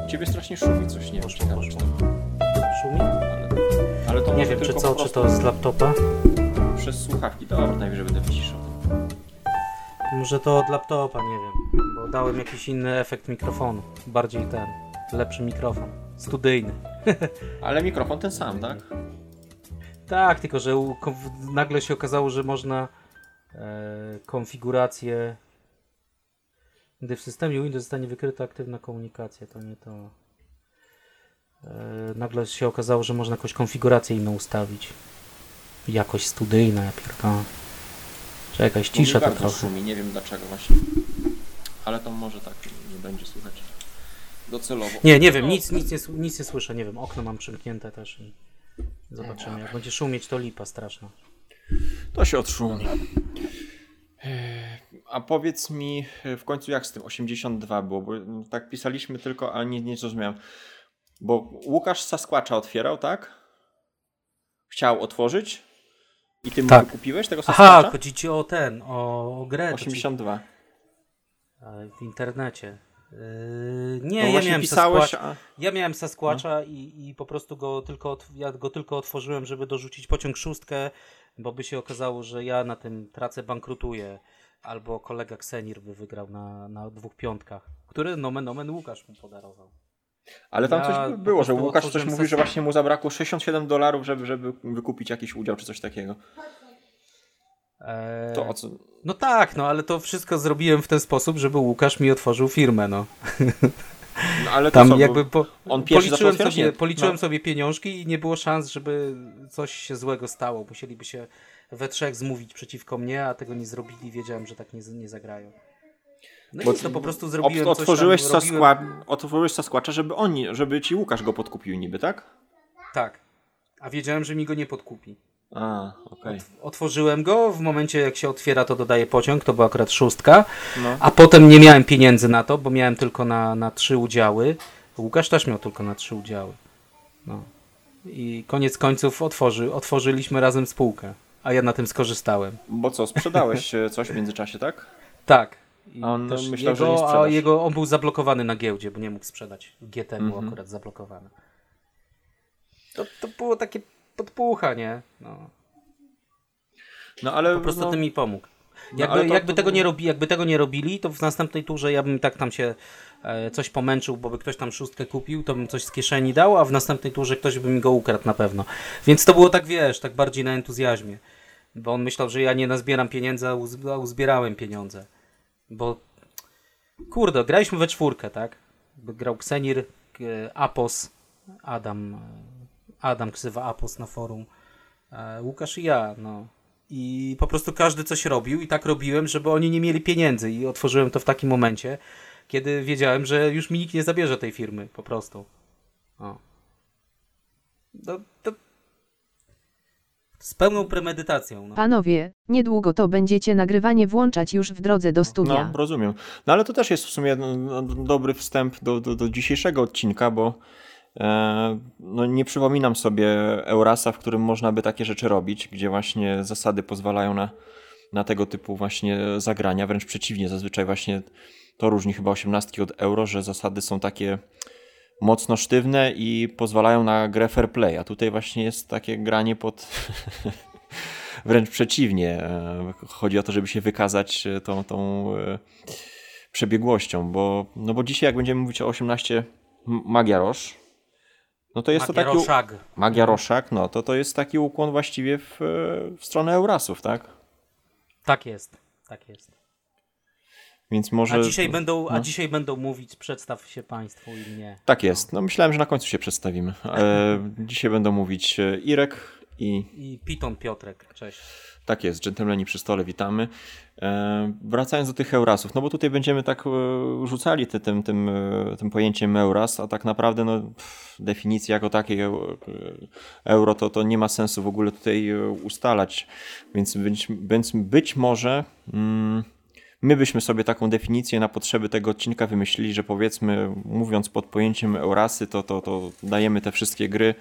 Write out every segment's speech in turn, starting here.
ciebie strasznie szumi coś, nie wiem, ciekawe czy to... Szumi? Ale to nie może wiem, czy tylko co, czy to z laptopa? przez słuchawki. Dobra, najwyżej będę wyciszał. Może to od laptopa, nie wiem, bo dałem jakiś inny efekt mikrofonu. Bardziej lepszy mikrofon, studyjny. Ale mikrofon ten sam, tak? Tak, tylko że nagle się okazało, że można konfigurację, gdy w systemie Windows zostanie wykryta aktywna komunikacja, to nie to. Nagle się okazało, że można jakąś konfigurację inną ustawić. Jakoś studyjna, ja pierdolę. Czekaj, ściszę to trochę. Szumi, nie wiem dlaczego właśnie. Ale to może tak nie będzie słychać docelowo. Nie wiem, nic nie słyszę, nie wiem, okno mam przymknięte też i zobaczymy. Jak będzie szumieć, to lipa straszna. To się odszumi. A powiedz mi w końcu jak z tym 82 było, bo tak pisaliśmy tylko, ale nie zrozumiałem. Bo Łukasz Sasquatcha otwierał, tak? Chciał otworzyć i ty mu kupiłeś tego Sasquatcha? Aha, chodzi ci o grę. 82. W internecie. Ja miałem Sasquatcha i po prostu ja go tylko otworzyłem, żeby dorzucić pociąg 6, bo by się okazało, że ja na tym tracę, bankrutuję. Albo kolega Ksenir by wygrał na 2 piątkach, który nomen omen Łukasz mu podarował. Ale tam coś było, że Łukasz coś mówi, że właśnie mu zabrakło $67, żeby wykupić jakiś udział czy coś takiego. To o co? No tak, ale to wszystko zrobiłem w ten sposób, żeby Łukasz mi otworzył firmę, no. No ale tam co, jakby on pierwszy policzyłem sobie pieniążki i nie było szans, żeby coś się złego stało. Musieliby się we trzech zmówić przeciwko mnie, a tego nie zrobili. Wiedziałem, że tak nie zagrają. No i to po prostu zrobiłem otworzyłeś Sasquatcha, żeby ci Łukasz go podkupił niby, tak? Tak. A wiedziałem, że mi go nie podkupi. Okej. Otworzyłem go, w momencie jak się otwiera, to dodaje pociąg, to była akurat 6, a potem nie miałem pieniędzy na to, bo miałem tylko na 3 udziały. Łukasz też miał tylko na 3 udziały. No. I koniec końców otworzyliśmy razem spółkę, a ja na tym skorzystałem. Bo co, sprzedałeś coś w międzyczasie, tak? Tak. I on myślał, że nie sprzedasz. On był zablokowany na giełdzie, bo nie mógł sprzedać. GT był akurat zablokowany. To było takie podpucha, nie? No ale po prostu ty mi pomógł. Jakby tego nie robili, to w następnej turze ja bym tak tam się coś pomęczył, bo by ktoś tam 6 kupił, to bym coś z kieszeni dał, a w następnej turze ktoś by mi go ukradł na pewno. Więc to było tak, tak bardziej na entuzjazmie. Bo on myślał, że ja nie nazbieram pieniędzy, a uzbierałem pieniądze. Bo kurde, graliśmy we 4, tak? Grał Ksenir, Apos, Adam ksywa Apos na forum, Łukasz i ja, no. I po prostu każdy coś robił i tak robiłem, żeby oni nie mieli pieniędzy i otworzyłem to w takim momencie, kiedy wiedziałem, że już mi nikt nie zabierze tej firmy, po prostu. Z pełną premedytacją. No. Panowie, niedługo to będziecie nagrywanie włączać już w drodze do studia. No, rozumiem. No ale to też jest w sumie dobry wstęp do dzisiejszego odcinka, bo nie przypominam sobie Eurasa, w którym można by takie rzeczy robić, gdzie właśnie zasady pozwalają na tego typu właśnie zagrania. Wręcz przeciwnie, zazwyczaj właśnie to różni chyba 18 od Euro, że zasady są takie mocno sztywne i pozwalają na grę fair play, a tutaj właśnie jest takie granie pod... Wręcz przeciwnie. Chodzi o to, żeby się wykazać tą przebiegłością, bo dzisiaj jak będziemy mówić o 18 Magia Roche, no to jest to taki... Magia Roszak, no to jest taki ukłon właściwie w stronę Eurasów, tak? Tak jest. Więc może... A dzisiaj będą mówić, przedstaw się państwu i mnie. Tak jest. No myślałem, że na końcu się przedstawimy. Dzisiaj będą mówić Irek i Piton Piotrek. Cześć. Tak jest, dżentelmeni przy stole, witamy. Wracając do tych Eurasów, no bo tutaj będziemy tak rzucali tym pojęciem Euras, a tak naprawdę definicji jako takiej euro to nie ma sensu w ogóle tutaj ustalać, więc być może my byśmy sobie taką definicję na potrzeby tego odcinka wymyślili, że powiedzmy, mówiąc pod pojęciem Eurasy, to dajemy te wszystkie gry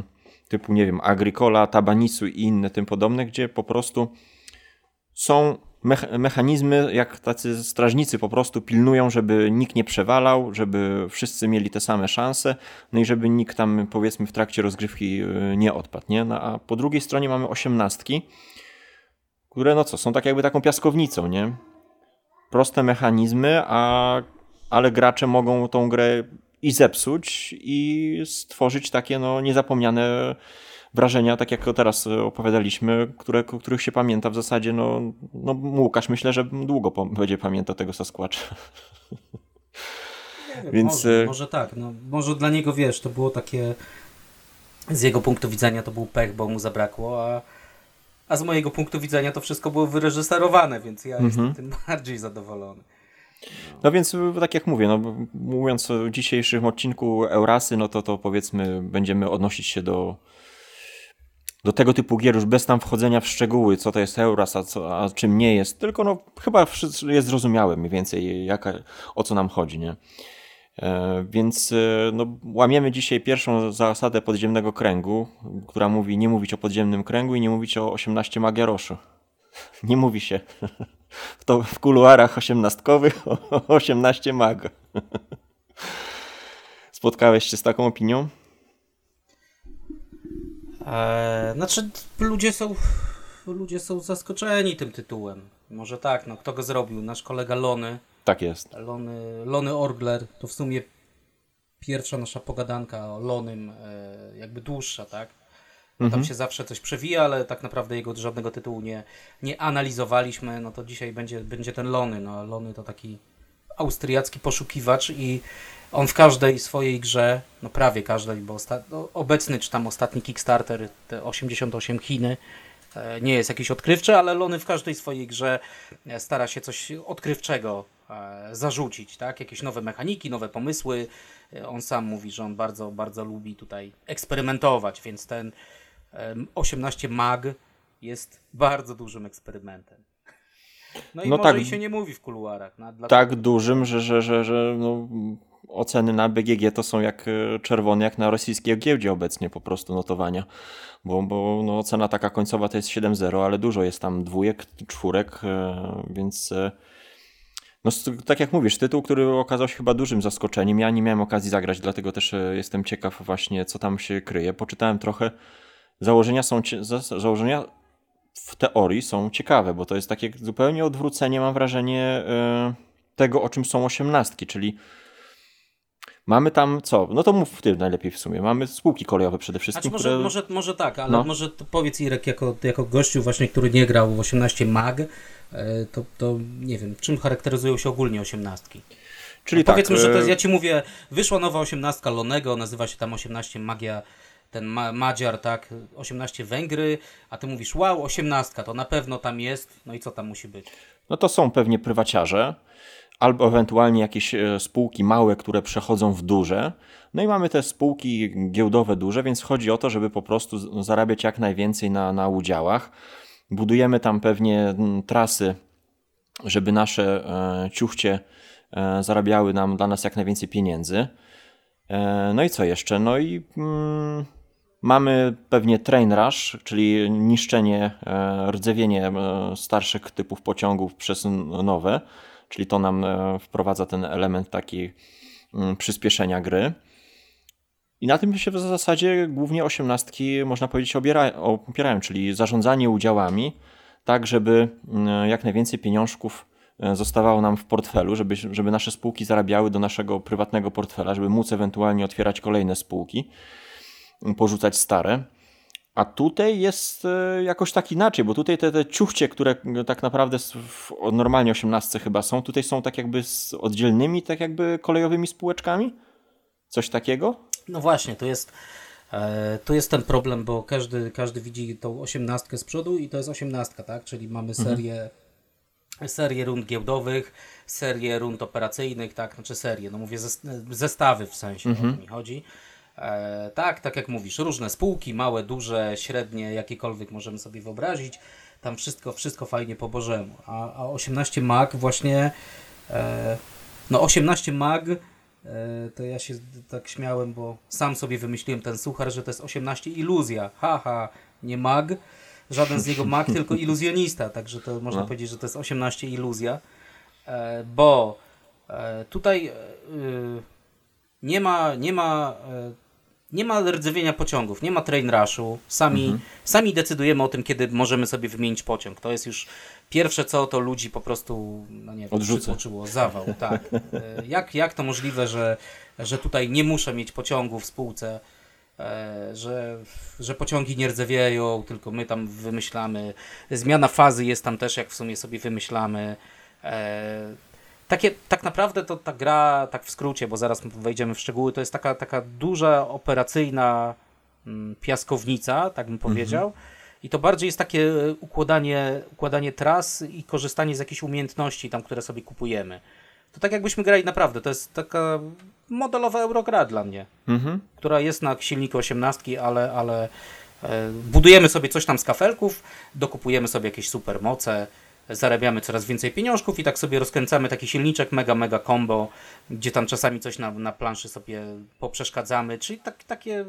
typu, nie wiem, Agricola, Tabanisu i inne tym podobne, gdzie po prostu są mechanizmy, jak tacy strażnicy po prostu pilnują, żeby nikt nie przewalał, żeby wszyscy mieli te same szanse, no i żeby nikt tam, powiedzmy, w trakcie rozgrywki nie odpadł, nie? No, a po drugiej stronie mamy 18, które no co, są tak jakby taką piaskownicą, nie? Proste mechanizmy, ale gracze mogą tą grę i zepsuć, i stworzyć takie no niezapomniane wrażenia, tak jak teraz opowiadaliśmy, których się pamięta w zasadzie, no Łukasz myślę, że długo będzie pamiętał tego Sasquatcha. Nie wiem, więc może tak, no, może dla niego, wiesz, to było takie, z jego punktu widzenia to był pech, bo mu zabrakło, a z mojego punktu widzenia to wszystko było wyreżyserowane, więc ja jestem tym bardziej zadowolony. No więc tak jak mówię, no, mówiąc o dzisiejszym odcinku Eurasy, no to powiedzmy będziemy odnosić się do tego typu gier już bez tam wchodzenia w szczegóły, co to jest Euras, a czym nie jest, tylko no chyba jest zrozumiałe mniej więcej o co nam chodzi, nie? Więc no, łamiemy dzisiaj pierwszą zasadę podziemnego kręgu, która mówi nie mówić o podziemnym kręgu i nie mówić o 18 Magiaroszu. Nie mówi się to w kuluarach 18-kowych o 18 mag. Spotkałeś się z taką opinią? Znaczy ludzie są zaskoczeni tym tytułem. Może tak, no kto go zrobił? Nasz kolega Lony. Tak jest. Lony Orgler, to w sumie pierwsza nasza pogadanka o Lonym, jakby dłuższa, tak? Tam się zawsze coś przewija, ale tak naprawdę jego żadnego tytułu nie analizowaliśmy, no to dzisiaj będzie ten Lony. No, Lony to taki austriacki poszukiwacz i on w każdej swojej grze, no prawie każdej, bo obecny czy tam ostatni Kickstarter, te 88 Chiny, nie jest jakiś odkrywczy, ale Lony w każdej swojej grze stara się coś odkrywczego zarzucić, tak? Jakieś nowe mechaniki, nowe pomysły. On sam mówi, że on bardzo, bardzo lubi tutaj eksperymentować, więc ten 18 mag jest bardzo dużym eksperymentem. No i no może tak, i się nie mówi w kuluarach. Tak dużym, że no, oceny na BGG to są jak czerwone, jak na rosyjskiej giełdzie obecnie po prostu notowania. Bo no, ocena taka końcowa to jest 7-0, ale dużo jest tam dwójek, czwórek, więc no, tak jak mówisz, tytuł, który okazał się chyba dużym zaskoczeniem. Ja nie miałem okazji zagrać, dlatego też jestem ciekaw właśnie, co tam się kryje. Poczytałem trochę. Założenia w teorii są ciekawe, bo to jest takie zupełnie odwrócenie, mam wrażenie, tego, o czym są 18, czyli mamy tam co? No to mów ty najlepiej w sumie. Mamy spółki kolejowe przede wszystkim. Znaczy, może tak, ale no. Może powiedz Irek, jako gościu właśnie, który nie grał w 18 mag, to nie wiem, czym charakteryzują się ogólnie 18? Czyli no, powiedzmy, że to jest, ja ci mówię, wyszła nowa 18 Lonego, nazywa się tam 18 Magia, ten Madziar, tak, 18 Węgry, a ty mówisz, wow, 18, to na pewno tam jest, no i co tam musi być? No to są pewnie prywaciarze, albo ewentualnie jakieś spółki małe, które przechodzą w duże. No i mamy te spółki giełdowe duże, więc chodzi o to, żeby po prostu zarabiać jak najwięcej na udziałach. Budujemy tam pewnie trasy, żeby nasze ciuchcie zarabiały dla nas jak najwięcej pieniędzy. No i co jeszcze? No i mamy pewnie train rush, czyli niszczenie, rdzewienie starszych typów pociągów przez nowe, czyli to nam wprowadza ten element taki przyspieszenia gry. I na tym się w zasadzie głównie 18 można powiedzieć opierają, czyli zarządzanie udziałami, tak żeby jak najwięcej pieniążków zostawało nam w portfelu, żeby nasze spółki zarabiały do naszego prywatnego portfela, żeby móc ewentualnie otwierać kolejne spółki, porzucać stare. A tutaj jest jakoś tak inaczej, bo tutaj te ciuchcie, które tak naprawdę normalnie 18 chyba są, tutaj są tak jakby z oddzielnymi tak jakby kolejowymi spółeczkami? Coś takiego? No właśnie, to jest ten problem, bo każdy widzi tą 18 z przodu i to jest 18, tak? Czyli mamy serię rund giełdowych, serię rund operacyjnych, tak? Znaczy serię, no mówię zestawy w sensie, o to mi chodzi. Tak jak mówisz, różne spółki, małe, duże, średnie, jakiekolwiek możemy sobie wyobrazić. Tam wszystko fajnie po bożemu. A 18 mag właśnie, no 18 mag, to ja się tak śmiałem, bo sam sobie wymyśliłem ten suchar, że to jest 18 iluzja. Haha, nie mag. żaden z niego mag, tylko iluzjonista, także to można powiedzieć, że to jest 18 iluzja, bo tutaj nie ma rdzewienia pociągów, nie ma train rushu, sami decydujemy o tym, kiedy możemy sobie wymienić pociąg. To jest już pierwsze co, to ludzi po prostu, no nie wiem, przytłoczyło, zawał, tak. Jak to możliwe, że tutaj nie muszę mieć pociągu w spółce, że pociągi nie rdzewieją, tylko my tam wymyślamy. Zmiana fazy jest tam też, jak w sumie sobie wymyślamy. Tak naprawdę to ta gra, tak w skrócie, bo zaraz wejdziemy w szczegóły, to jest taka duża operacyjna piaskownica, tak bym powiedział. I to bardziej jest takie układanie tras i korzystanie z jakichś umiejętności tam, które sobie kupujemy. To tak jakbyśmy grali naprawdę, to jest taka modelowa Eurogra dla mnie, która jest na silniku 18, ale budujemy sobie coś tam z kafelków, dokupujemy sobie jakieś supermoce, zarabiamy coraz więcej pieniążków i tak sobie rozkręcamy taki silniczek mega combo, gdzie tam czasami coś na planszy sobie poprzeszkadzamy, czyli takie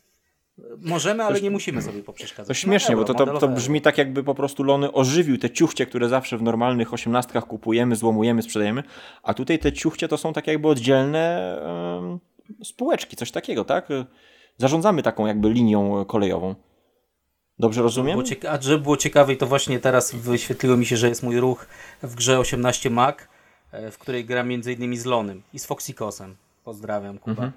możemy, ale nie musimy sobie poprzeszkadzać. To śmiesznie, bo to brzmi tak, jakby po prostu Lony ożywił te ciuchcie, które zawsze w normalnych 18 kupujemy, złomujemy, sprzedajemy, a tutaj te ciuchcie to są tak jakby oddzielne spółeczki, coś takiego, tak? Zarządzamy taką jakby linią kolejową. Dobrze rozumiem? A żeby było ciekawiej, to właśnie teraz wyświetliło mi się, że jest mój ruch w grze 18 Mag, w której gram m.in. z Lonym i z Foxikosem. Pozdrawiam, Kuba.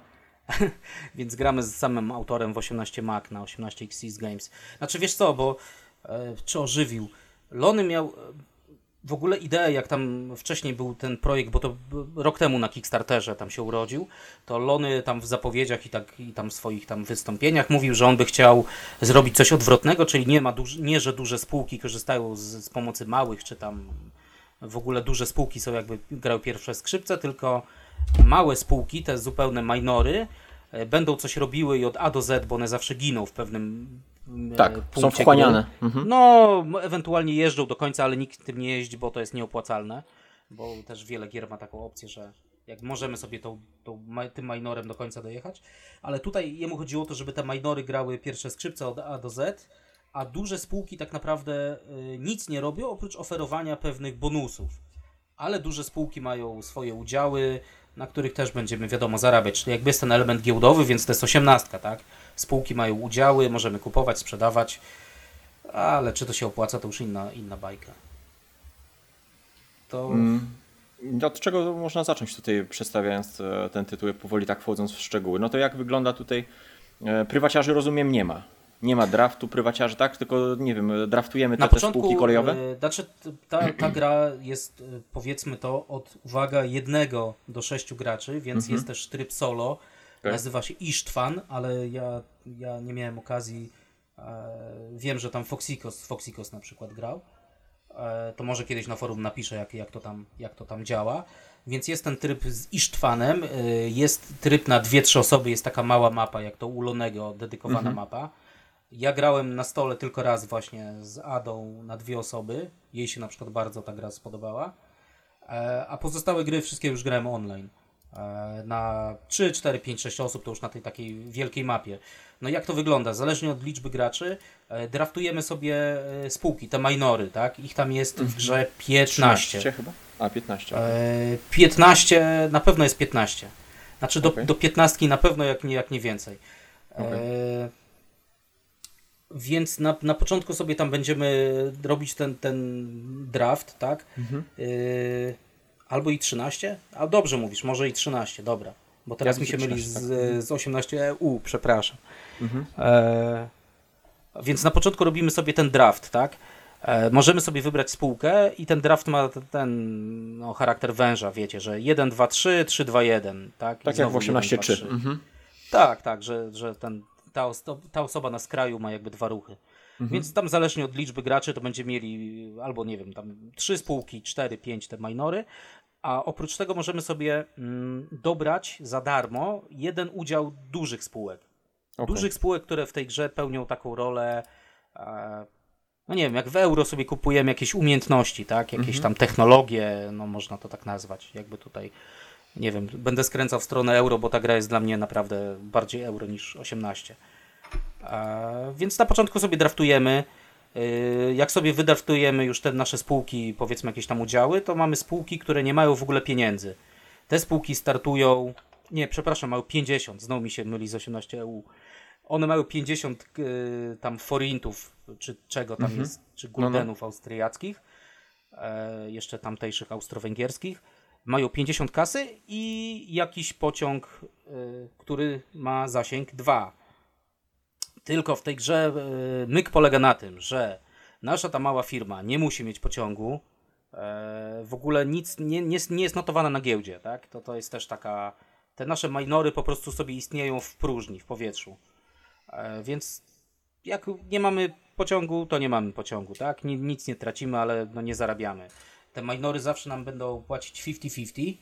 Więc gramy z samym autorem w 18 Mag na 18 Xyz Games. Znaczy wiesz co, bo czy ożywił? Lony miał w ogóle ideę, jak tam wcześniej był ten projekt, bo to rok temu na Kickstarterze tam się urodził, to Lony tam w zapowiedziach i tam w swoich tam wystąpieniach mówił, że on by chciał zrobić coś odwrotnego, czyli nie że duże spółki korzystają z pomocy małych, czy tam w ogóle duże spółki są jakby grały pierwsze skrzypce, tylko małe spółki, te zupełne minory, będą coś robiły i od A do Z, bo one zawsze giną w pewnym punkcie. Są wchłaniane. No, ewentualnie jeżdżą do końca, ale nikt tym nie jeździ, bo to jest nieopłacalne, bo też wiele gier ma taką opcję, że jak możemy sobie tym minorem do końca dojechać, ale tutaj jemu chodziło o to, żeby te minory grały pierwsze skrzypce od A do Z, a duże spółki tak naprawdę nic nie robią, oprócz oferowania pewnych bonusów. Ale duże spółki mają swoje udziały, na których też będziemy, wiadomo, zarabiać. Czyli jakby jest ten element giełdowy, więc to jest 18, tak? Spółki mają udziały, możemy kupować, sprzedawać, ale czy to się opłaca, to już inna bajka. To... Od czego można zacząć tutaj, przedstawiając ten tytuł, powoli tak wchodząc w szczegóły? No to jak wygląda tutaj, prywaciarzy rozumiem nie ma. Nie ma draftu prywaciarzy, tak? Tylko, nie wiem, draftujemy te spółki kolejowe? Znaczy, ta gra jest, powiedzmy to, od, uwaga, 1 do 6 graczy, więc jest też tryb solo. Nazywa się Isztwan, ale ja nie miałem okazji, wiem, że tam Foxikos na przykład grał. To może kiedyś na forum napiszę, jak to tam działa. Więc jest ten tryb z Isztwanem, jest tryb na 2-3 osoby, jest taka mała mapa, jak to u Lonego, dedykowana mapa. Ja grałem na stole tylko raz właśnie z Adą na 2 osoby. Jej się na przykład bardzo ta gra spodobała. A pozostałe gry wszystkie już grałem online. Na 3, 4, 5, 6 osób to już na tej takiej wielkiej mapie. No jak to wygląda? Zależnie od liczby graczy draftujemy sobie spółki, te minory, tak? Ich tam jest w grze 15. 13 chyba? A, 15. 15, na pewno jest 15. Znaczy do 15 na pewno, jak nie więcej. Więc na początku sobie tam będziemy robić ten draft, tak? Albo i 13? A dobrze mówisz, może i 13, dobra. Bo teraz mi się myli z 18 EU, przepraszam. Więc na początku robimy sobie ten draft, tak? Możemy sobie wybrać spółkę i ten draft ma ten charakter węża, wiecie, że 1, 2, 3, 3, 2, 1, tak? Tak jak w 18.3. Tak, że ta osoba na skraju ma jakby 2 ruchy. Więc tam zależnie od liczby graczy to będzie mieli albo nie wiem, tam 3 spółki, 4, 5 te minory, a oprócz tego możemy sobie dobrać za darmo 1 udział dużych spółek. Dużych spółek, które w tej grze pełnią taką rolę, no nie wiem, jak w euro sobie kupujemy jakieś umiejętności, tak? Jakieś tam technologie, no można to tak nazwać, jakby tutaj, nie wiem, będę skręcał w stronę euro, bo ta gra jest dla mnie naprawdę bardziej euro niż 18. Więc na początku sobie draftujemy. Jak sobie wydraftujemy już te nasze spółki, powiedzmy jakieś tam udziały, to mamy spółki, które nie mają w ogóle pieniędzy. Te spółki startują, mają 50, znowu mi się myli z 18 EU. One mają 50 tam forintów, czy czego tam jest, czy guldenów austriackich, jeszcze tamtejszych austro-węgierskich. Mają 50 kasy i jakiś pociąg, który ma zasięg 2. Tylko w tej grze myk polega na tym, że nasza ta mała firma nie musi mieć pociągu, w ogóle nic nie jest notowana na giełdzie, tak? To jest też taka... Te nasze minory po prostu sobie istnieją w próżni, w powietrzu. Więc jak nie mamy pociągu, to nie mamy pociągu, tak? Nic nie tracimy, ale no nie zarabiamy. Te minory zawsze nam będą płacić 50-50.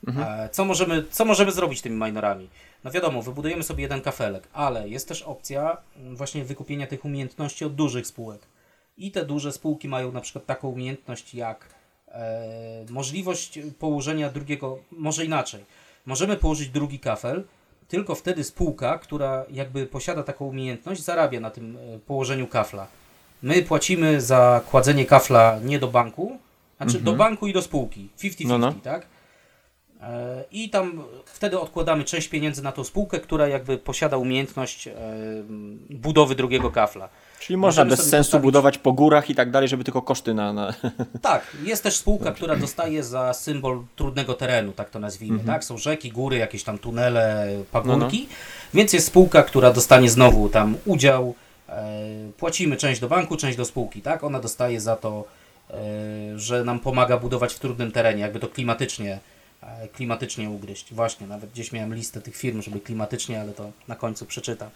Co możemy zrobić tymi minorami? No wiadomo, wybudujemy sobie jeden kafelek, ale jest też opcja właśnie wykupienia tych umiejętności od dużych spółek. I te duże spółki mają na przykład taką umiejętność jak możliwość położenia drugiego, może inaczej. Możemy położyć drugi kafel, tylko wtedy spółka, która jakby posiada taką umiejętność, zarabia na tym położeniu kafla. My płacimy za kładzenie kafla nie do banku, znaczy do banku i do spółki. 50-50, tak? I tam wtedy odkładamy część pieniędzy na tą spółkę, która jakby posiada umiejętność budowy drugiego kafla. Czyli można bez sensu budować po górach i tak dalej, żeby tylko koszty na... Tak, jest też spółka, która dostaje za symbol trudnego terenu, tak to nazwijmy, tak? Są rzeki, góry, jakieś tam tunele, pagórki, więc jest spółka, która dostanie znowu tam udział, płacimy część do banku, część do spółki, tak? Ona dostaje za to, że nam pomaga budować w trudnym terenie, jakby to klimatycznie ugryźć. Właśnie, nawet gdzieś miałem listę tych firm, żeby klimatycznie, ale to na końcu przeczytam.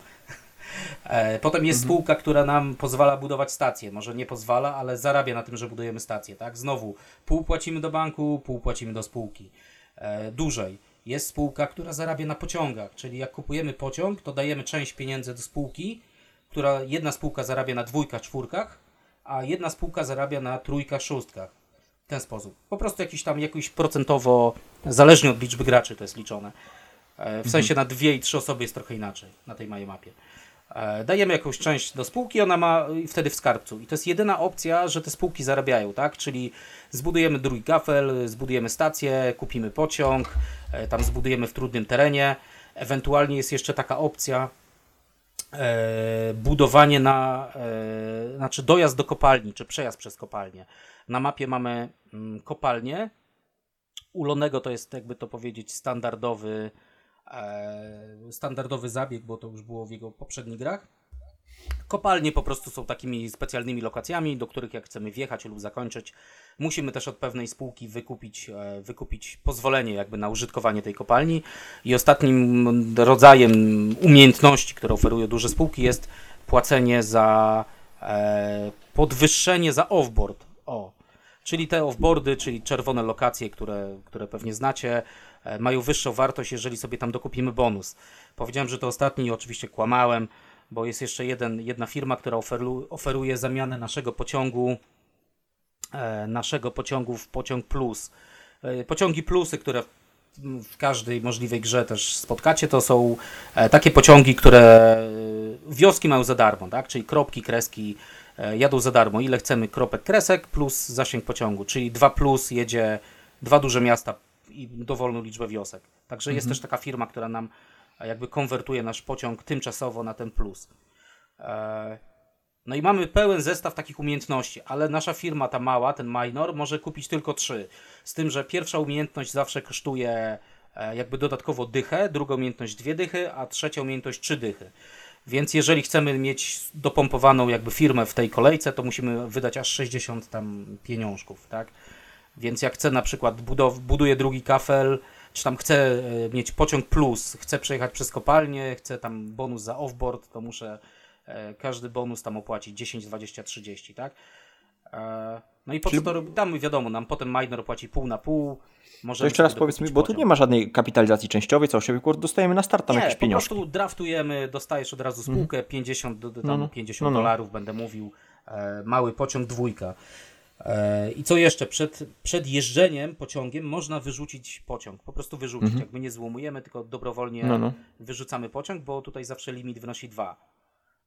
Potem jest spółka, która nam pozwala budować stacje. Może nie pozwala, ale zarabia na tym, że budujemy stacje. Tak? Znowu, pół płacimy do banku, pół płacimy do spółki. Dłużej. Jest spółka, która zarabia na pociągach, czyli jak kupujemy pociąg, to dajemy część pieniędzy do spółki, która jedna spółka zarabia na 2, 4, a jedna spółka zarabia na 3, 6. W ten sposób. Po prostu jakiś procentowo, zależnie od liczby graczy to jest liczone. W sensie na 2 i 3 osoby jest trochę inaczej na tej małej mapie. Dajemy jakąś część do spółki, ona ma wtedy w skarbcu. I to jest jedyna opcja, że te spółki zarabiają, tak? Czyli zbudujemy drugi kafel, zbudujemy stację, kupimy pociąg, tam zbudujemy w trudnym terenie. Ewentualnie jest jeszcze taka opcja budowanie znaczy dojazd do kopalni, czy przejazd przez kopalnię. Na mapie mamy kopalnię. U Lonego to jest, jakby to powiedzieć, standardowy zabieg, bo to już było w jego poprzednich grach. Kopalnie po prostu są takimi specjalnymi lokacjami, do których jak chcemy wjechać lub zakończyć, musimy też od pewnej spółki wykupić pozwolenie jakby na użytkowanie tej kopalni. I ostatnim rodzajem umiejętności, które oferują duże spółki, jest płacenie za podwyższenie za offboard. Czyli te offboardy, czyli czerwone lokacje, które pewnie znacie, mają wyższą wartość, jeżeli sobie tam dokupimy bonus. Powiedziałem, że to ostatni i oczywiście kłamałem, bo jest jeszcze jedna firma, która oferuje zamianę naszego pociągu w pociąg plus. Pociągi plusy, które w każdej możliwej grze też spotkacie, to są takie pociągi, które wioski mają za darmo, tak? Czyli kropki, kreski jadą za darmo. Ile chcemy kropek, kresek plus zasięg pociągu, czyli 2 plus jedzie 2 duże miasta i dowolną liczbę wiosek. Także jest też taka firma, która nam jakby konwertuje nasz pociąg tymczasowo na ten plus. No i mamy pełen zestaw takich umiejętności, ale nasza firma, ta mała, ten minor, może kupić tylko 3. Z tym, że pierwsza umiejętność zawsze kosztuje jakby dodatkowo dychę, druga umiejętność 2 dychy, a trzecia umiejętność 3 dychy. Więc jeżeli chcemy mieć dopompowaną jakby firmę w tej kolejce, to musimy wydać aż 60 tam pieniążków, tak? Więc jak chcę na przykład buduję drugi kafel, czy tam chcę mieć pociąg plus, chcę przejechać przez kopalnię, chcę tam bonus za offboard, to muszę każdy bonus tam opłacić 10, 20, 30, tak? No i po co to robi? Tam wiadomo, nam potem minor płaci pół na pół. To jeszcze raz powiedz mi, bo tu nie ma żadnej kapitalizacji częściowej, dostajemy na start tam jakieś pieniążki. Po prostu draftujemy, dostajesz od razu spółkę, 50 $50 będę mówił, mały pociąg 2. I co jeszcze? Przed jeżdżeniem pociągiem można wyrzucić pociąg. Po prostu wyrzucić. Jakby nie złomujemy, tylko dobrowolnie wyrzucamy pociąg, bo tutaj zawsze limit wynosi 2.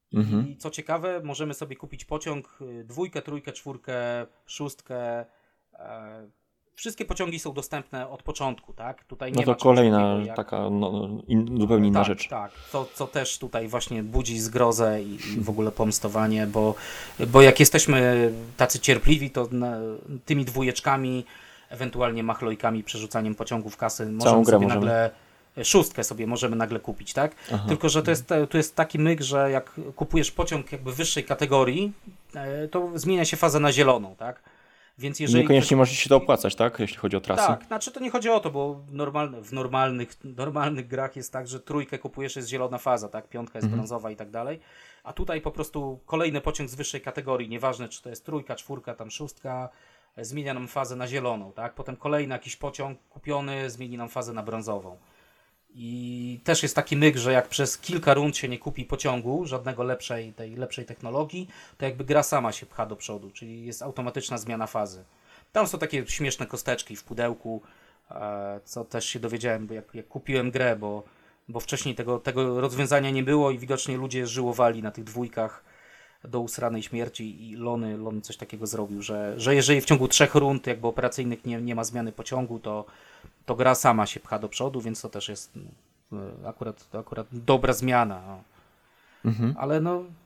I co ciekawe, możemy sobie kupić pociąg 2, 3, 4, 6. Wszystkie pociągi są dostępne od początku, tak? Tutaj nie no to ma kolejna jak... taka zupełnie inna rzecz. Tak, co też tutaj właśnie budzi zgrozę i w ogóle pomstowanie, bo jak jesteśmy tacy cierpliwi, to tymi 2, ewentualnie machlojkami, przerzucaniem pociągów kasy, możemy sobie nagle 6 sobie możemy nagle kupić, tak? Aha. Tylko że to jest taki myk, że jak kupujesz pociąg jakby wyższej kategorii, to zmienia się faza na zieloną, tak? Więc jeżeli niekoniecznie może się to opłacać, tak? Jeśli chodzi o trasy. Tak, znaczy to nie chodzi o to, bo w normalnych grach jest tak, że 3 kupujesz, jest zielona faza, tak? 5 jest brązowa i tak dalej. A tutaj po prostu kolejny pociąg z wyższej kategorii, nieważne czy to jest 3, 4, tam 6, zmienia nam fazę na zieloną, tak? Potem kolejny jakiś pociąg kupiony zmieni nam fazę na brązową. I też jest taki myk, że jak przez kilka rund się nie kupi pociągu, żadnego lepszej technologii, to jakby gra sama się pcha do przodu, czyli jest automatyczna zmiana fazy. Tam są takie śmieszne kosteczki w pudełku, co też się dowiedziałem, jak kupiłem grę, bo wcześniej tego rozwiązania nie było i widocznie ludzie żyłowali na tych 2 do usranej śmierci i Lony coś takiego zrobił, że jeżeli w ciągu 3 rund jakby operacyjnych nie ma zmiany pociągu, to gra sama się pcha do przodu, więc to też jest akurat dobra zmiana. No. Ale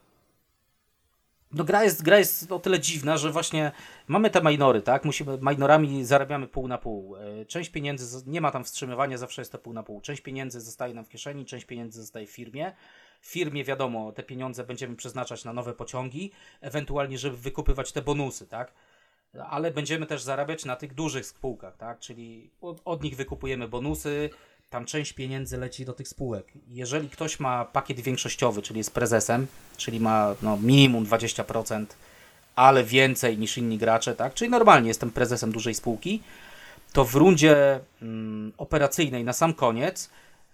gra jest o tyle dziwna, że właśnie mamy te minory, tak? Minorami zarabiamy pół na pół. Część pieniędzy, nie ma tam wstrzymywania, zawsze jest to pół na pół. Część pieniędzy zostaje nam w kieszeni, część pieniędzy zostaje w firmie. W firmie wiadomo, te pieniądze będziemy przeznaczać na nowe pociągi, ewentualnie żeby wykupywać te bonusy, tak? Ale będziemy też zarabiać na tych dużych spółkach, tak? Czyli od nich wykupujemy bonusy, tam część pieniędzy leci do tych spółek. Jeżeli ktoś ma pakiet większościowy, czyli jest prezesem, czyli ma minimum 20%, ale więcej niż inni gracze, tak? Czyli normalnie jestem prezesem dużej spółki, to w rundzie operacyjnej na sam koniec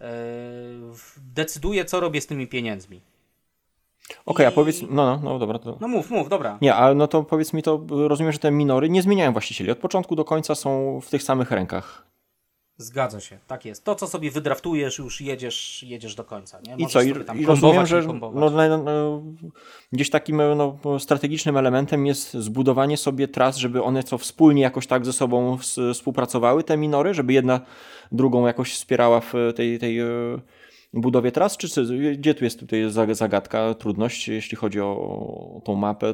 decyduje, co robię z tymi pieniędzmi. Okej, a powiedz, no dobra. To... No mów, dobra. Nie, ale no to powiedz mi to, rozumiem, że te minory nie zmieniają właścicieli. Od początku do końca są w tych samych rękach. Zgadza się, tak jest. To, co sobie wydraftujesz, już jedziesz do końca. Nie? I co? I rozumiem, że gdzieś takim strategicznym elementem jest zbudowanie sobie tras, żeby one wspólnie jakoś tak ze sobą współpracowały, te minory, żeby jedna drugą jakoś wspierała w tej budowie tras, czy gdzie tu jest tutaj zagadka, trudność, jeśli chodzi o tą mapę?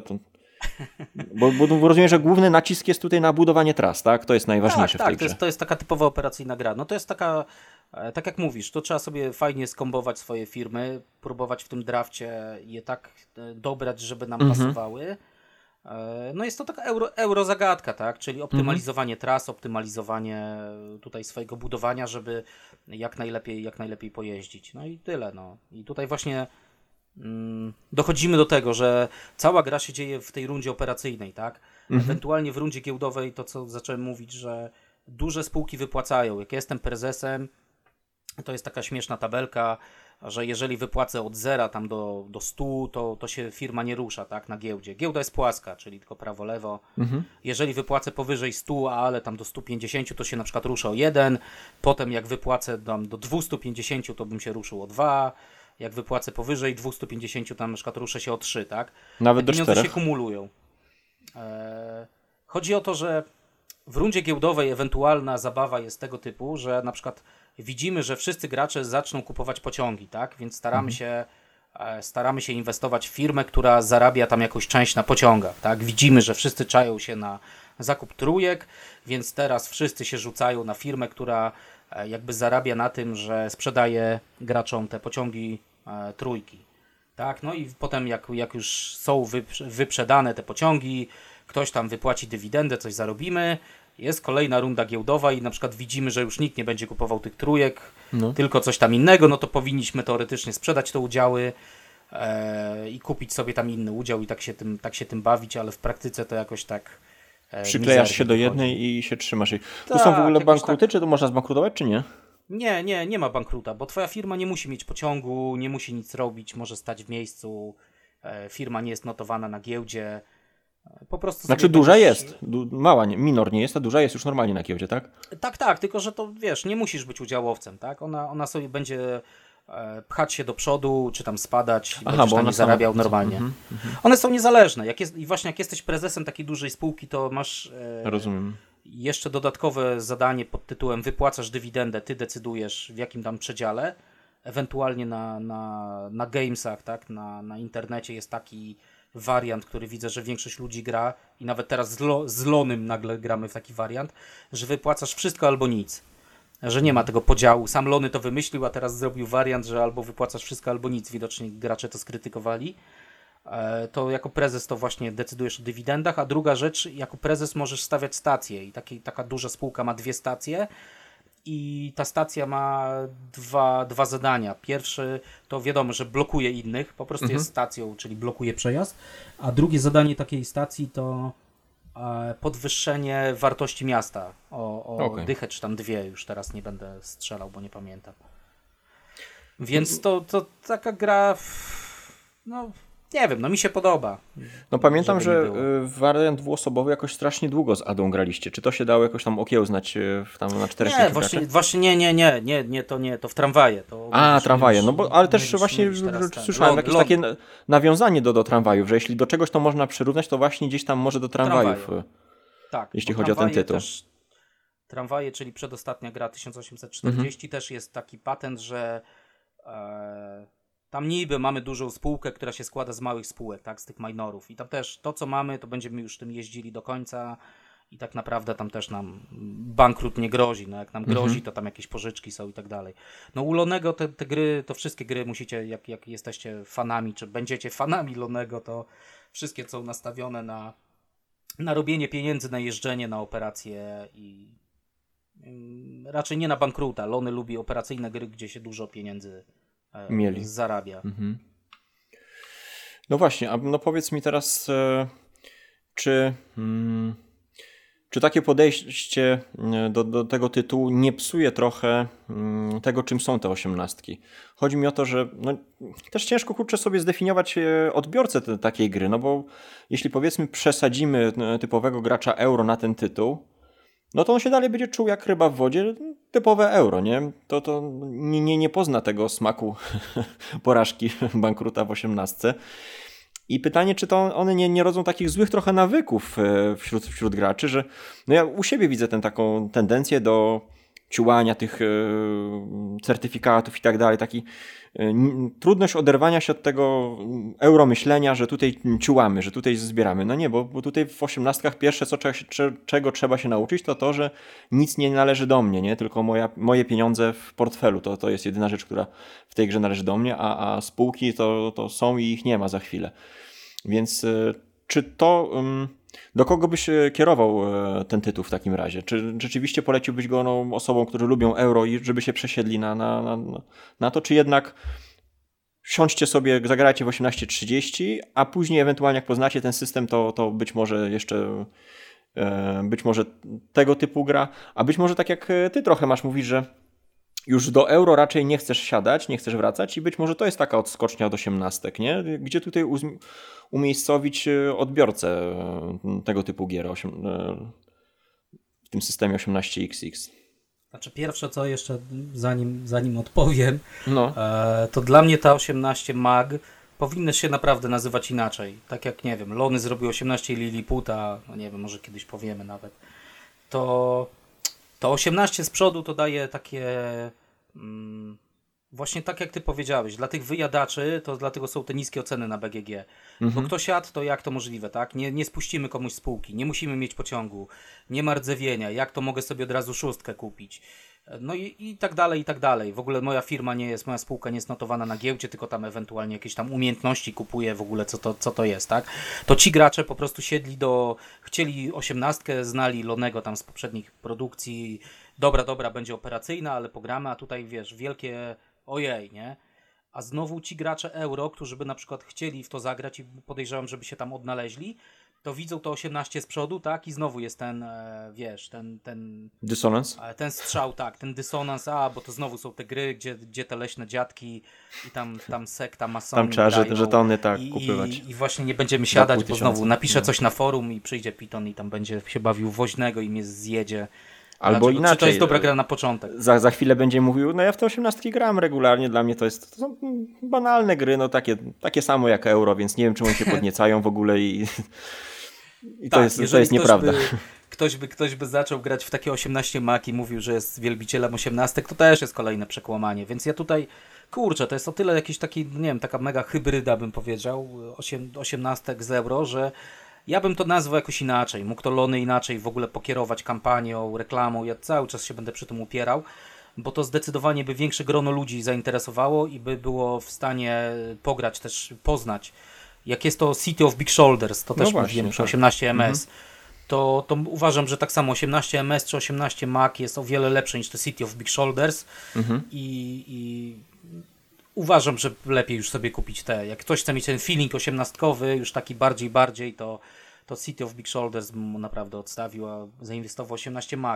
Bo rozumiem, że główny nacisk jest tutaj na budowanie tras, tak? To jest najważniejsze w tej grze. To jest taka typowa operacyjna gra. No to jest taka, tak jak mówisz, to trzeba sobie fajnie skombować swoje firmy, próbować w tym drafcie je tak dobrać, żeby nam pasowały. No jest to taka euro zagadka, tak? Czyli optymalizowanie tras, optymalizowanie tutaj swojego budowania, żeby jak najlepiej pojeździć. No i tyle. No. I tutaj właśnie dochodzimy do tego, że cała gra się dzieje w tej rundzie operacyjnej, tak? Ewentualnie w rundzie giełdowej to, co zacząłem mówić, że duże spółki wypłacają. Jak ja jestem prezesem, to jest taka śmieszna tabelka, że jeżeli wypłacę od 0 tam do 100, to się firma nie rusza, tak, na giełdzie. Giełda jest płaska, czyli tylko prawo, lewo. Jeżeli wypłacę powyżej 100, ale tam do 150, to się na przykład rusza o 1. Potem jak wypłacę tam do 250, to bym się ruszył o 2. Jak wypłacę powyżej 250, tam na przykład ruszę się o 3, tak? Nawet do 4. Pieniądze się kumulują. Chodzi o to, że w rundzie giełdowej ewentualna zabawa jest tego typu, że na przykład widzimy, że wszyscy gracze zaczną kupować pociągi, tak? Więc staramy się inwestować w firmę, która zarabia tam jakąś część na pociągach, tak? Widzimy, że wszyscy czają się na zakup trójek, więc teraz wszyscy się rzucają na firmę, która jakby zarabia na tym, że sprzedaje graczom te pociągi trójki. Tak? No i potem jak już są wyprzedane te pociągi, ktoś tam wypłaci dywidendę, coś zarobimy, jest kolejna runda giełdowa i na przykład widzimy, że już nikt nie będzie kupował tych trójek, tylko coś tam innego, no to powinniśmy teoretycznie sprzedać te udziały i kupić sobie tam inny udział i tak się tym bawić, ale w praktyce to jakoś tak przyklejasz się do jednej i się trzymasz. Tu są w ogóle bankruty, czy to można zbankrutować, czy nie? Nie ma bankruta, bo twoja firma nie musi mieć pociągu, nie musi nic robić, może stać w miejscu, firma nie jest notowana na giełdzie. Po prostu znaczy duża jest, mała, minor nie jest, a duża jest już normalnie na giełdzie, tak? Tak, tylko że to wiesz, nie musisz być udziałowcem, tak? Ona sobie będzie pchać się do przodu, czy tam spadać, Aha, będziesz bo tam nie zarabiał normalnie. One są niezależne. I właśnie jak jesteś prezesem takiej dużej spółki, to masz Rozumiem. jeszcze dodatkowe zadanie pod tytułem wypłacasz dywidendę, ty decydujesz w jakim tam przedziale. Ewentualnie na gamesach, tak, na internecie jest taki wariant, który widzę, że większość ludzi gra i nawet teraz z Lonym nagle gramy w taki wariant, że wypłacasz wszystko albo nic. Że nie ma tego podziału. Sam Lony to wymyślił, a teraz zrobił wariant, że albo wypłacasz wszystko albo nic. Widocznie gracze to skrytykowali. To jako prezes to właśnie decydujesz o dywidendach, a druga rzecz, jako prezes możesz stawiać stacje i taka duża spółka ma 2 stacje i ta stacja ma dwa zadania. Pierwszy to wiadomo, że blokuje innych, po prostu jest stacją, czyli blokuje przejazd, a drugie zadanie takiej stacji to podwyższenie wartości miasta o dychę czy tam 2, już teraz nie będę strzelał, bo nie pamiętam. Więc to taka gra, no nie wiem, no mi się podoba. No pamiętam, że wariant dwuosobowy jakoś strasznie długo z Adą graliście. Czy to się dało jakoś tam okiełznać tam na 4 właśnie nie, to w tramwaje. Tramwaje, no bo, ale też właśnie słyszałem jakieś takie nawiązanie do tramwajów, że jeśli do czegoś to można przyrównać, to właśnie gdzieś tam może do tramwajów. Tak, jeśli chodzi o ten tytuł. Tramwaje, czyli przedostatnia gra 1840, też jest taki patent, że tam niby mamy dużą spółkę, która się składa z małych spółek, tak, z tych minorów i tam też to, co mamy, to będziemy już tym jeździli do końca i tak naprawdę tam też nam bankrut nie grozi, no jak nam grozi, to tam jakieś pożyczki są i tak dalej. No u Lonego te gry, to wszystkie gry musicie, jak jesteście fanami, czy będziecie fanami Lonego, to wszystkie są nastawione na robienie pieniędzy, na jeżdżenie, na operacje i raczej nie na bankruta. Lony lubi operacyjne gry, gdzie się dużo pieniędzy zarabia. No właśnie, a no powiedz mi teraz, czy takie podejście do tego tytułu nie psuje trochę tego, czym są te 18? Chodzi mi o to, że no, też ciężko kurczę sobie zdefiniować odbiorcę takiej gry, no bo jeśli powiedzmy przesadzimy typowego gracza euro na ten tytuł, no to on się dalej będzie czuł jak ryba w wodzie, typowe euro, nie? To nie pozna tego smaku porażki bankruta w 18. I pytanie, czy to one nie rodzą takich złych trochę nawyków wśród graczy, że no ja u siebie widzę taką tendencję do ciułania tych certyfikatów i tak dalej, taki trudność oderwania się od tego euromyślenia, że tutaj ciułamy, że tutaj zbieramy. No nie, bo tutaj w 18 pierwsze, czego trzeba się nauczyć, to, że nic nie należy do mnie, nie? Tylko moje pieniądze w portfelu. To jest jedyna rzecz, która w tej grze należy do mnie, a spółki to są i ich nie ma za chwilę. Więc czy to... Do kogo byś kierował ten tytuł w takim razie? Czy rzeczywiście poleciłbyś go osobom, które lubią euro i żeby się przesiedli na to, czy jednak siądźcie sobie, zagrajcie w 18:30, a później ewentualnie jak poznacie ten system, to być może jeszcze tego typu gra, a być może tak jak ty trochę mówisz, że już do euro raczej nie chcesz siadać, nie chcesz wracać i być może to jest taka odskocznia od 18, nie? Gdzie tutaj umiejscowić odbiorcę tego typu gier w tym systemie 18XX. Znaczy pierwsze co jeszcze, zanim odpowiem, to dla mnie ta 18 mag powinny się naprawdę nazywać inaczej. Tak jak, nie wiem, Lony zrobił 18 Liliputa, no nie wiem, może kiedyś powiemy nawet. To 18 z przodu to daje takie... Właśnie tak jak ty powiedziałeś, dla tych wyjadaczy, to dlatego są te niskie oceny na BGG. Bo kto siadł, to jak to możliwe, tak? Nie spuścimy komuś spółki, nie musimy mieć pociągu, nie ma rdzewienia, jak to mogę sobie od razu 6 kupić. No i tak dalej, i tak dalej. W ogóle moja spółka nie jest notowana na giełdzie, tylko tam ewentualnie jakieś tam umiejętności kupuje w ogóle, co to jest, tak? To ci gracze po prostu chcieli 18, znali Lonego tam z poprzednich produkcji, dobra, będzie operacyjna, ale pogramy, a tutaj wiesz, wielkie ojej, nie? A znowu ci gracze euro, którzy by na przykład chcieli w to zagrać i podejrzewam, żeby się tam odnaleźli, to widzą to 18 z przodu, tak? I znowu jest ten, wiesz, ten... Dysonans? Ten strzał, tak, ten dysonans, bo to znowu są te gry, gdzie te leśne dziadki i tam sekta, masoni. Tam trzeba żetony kupywać. I właśnie nie będziemy siadać, bo znowu napiszę coś na forum i przyjdzie Piton i tam będzie się bawił woźnego i mnie zjedzie. Albo Dlaczego? inaczej. Czy to jest dobra gra na początek? Za chwilę będzie mówił, no ja w te 18 gram regularnie, dla mnie to są banalne gry, no takie samo jak Euro, więc nie wiem, czemu się podniecają w ogóle i tak, to jest nieprawda. Ktoś by zaczął grać w takie 18 mak i mówił, że jest wielbicielem 18, to też jest kolejne przekłamanie, więc ja tutaj, kurczę, to jest o tyle jakiś taki, nie wiem, taka mega hybryda bym powiedział, 18 z Euro, że ja bym to nazwał jakoś inaczej, mógł to Lony inaczej w ogóle pokierować kampanią, reklamą, ja cały czas się będę przy tym upierał, bo to zdecydowanie by większe grono ludzi zainteresowało i by było w stanie pograć, też poznać, jak jest to City of Big Shoulders, to też mówiłem przy 18 MS, to uważam, że tak samo 18 MS czy 18 Mac jest o wiele lepsze niż to City of Big Shoulders i uważam, że lepiej już sobie kupić te. Jak ktoś chce mieć ten feeling 18-kowy, już taki bardziej, to City of Big Shoulders bym mu naprawdę odstawił, a zainwestował 18 Mac.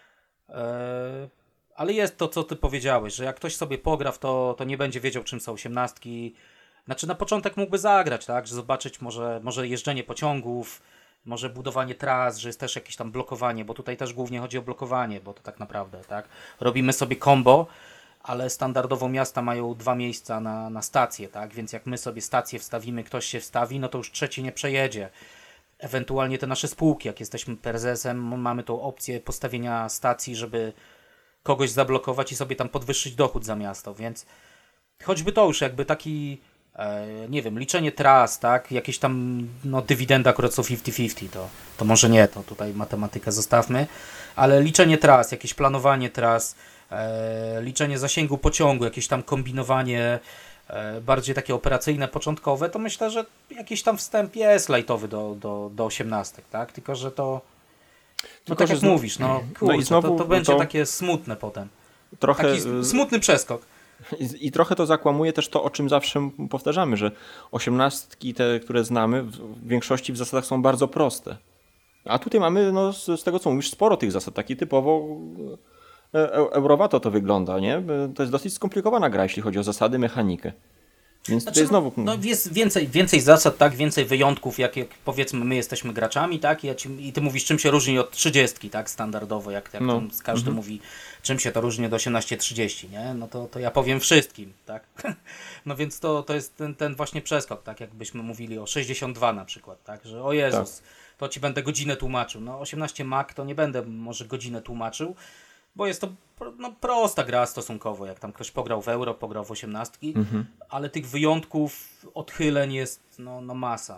Ale jest to, co ty powiedziałeś, że jak ktoś sobie pogra w to nie będzie wiedział, czym są 18. Znaczy na początek mógłby zagrać, tak, że zobaczyć może jeżdżenie pociągów, może budowanie tras, że jest też jakieś tam blokowanie, bo tutaj też głównie chodzi o blokowanie, bo to tak naprawdę, tak, robimy sobie combo, ale standardowo miasta mają 2 miejsca na stację, tak, więc jak my sobie stację wstawimy, ktoś się wstawi, no to już trzeci nie przejedzie. Ewentualnie te nasze spółki, jak jesteśmy prezesem, mamy tą opcję postawienia stacji, żeby kogoś zablokować i sobie tam podwyższyć dochód za miasto, więc choćby to już jakby taki, nie wiem, liczenie tras, tak, jakieś tam, no dywidenda akurat są 50-50, to może nie, to tutaj matematykę zostawmy, ale liczenie tras, jakieś planowanie tras, liczenie zasięgu pociągu, jakieś tam kombinowanie bardziej takie operacyjne, początkowe, to myślę, że jakiś tam wstęp jest lightowy do 18, tak, tylko że to no tak jak mówisz, no kurczę, i znowu to będzie takie smutne potem. Trochę taki smutny przeskok. I trochę to zakłamuje też to, o czym zawsze powtarzamy, że 18 te, które znamy, w większości w zasadach są bardzo proste. A tutaj mamy, no, z tego co mówisz, sporo tych zasad, taki typowo eurowato to wygląda, nie? To jest dosyć skomplikowana gra, jeśli chodzi o zasady, mechanikę. Więc tutaj znowu... No jest więcej zasad, tak, więcej wyjątków, jak powiedzmy my jesteśmy graczami, tak, i ty mówisz, czym się różni od 30, tak, standardowo, jak no. Każdy mówi, czym się to różni od 18-30, nie, no to ja powiem wszystkim, tak, no więc to jest ten właśnie przeskok, tak, jakbyśmy mówili o 62 na przykład, tak, że o Jezus, tak. To ci będę godzinę tłumaczył, no 18 Mac to nie będę może godzinę tłumaczył, bo jest to prosta gra stosunkowo, jak tam ktoś pograł w Euro, pograł w 18, ale tych wyjątków, odchyleń jest no masa.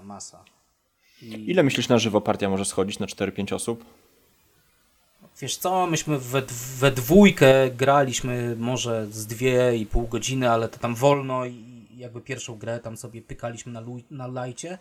Ile myślisz, na żywo partia może schodzić na 4-5 osób? Wiesz co, myśmy we dwójkę graliśmy może z 2,5 godziny, ale to tam wolno i jakby pierwszą grę tam sobie pykaliśmy na lajcie,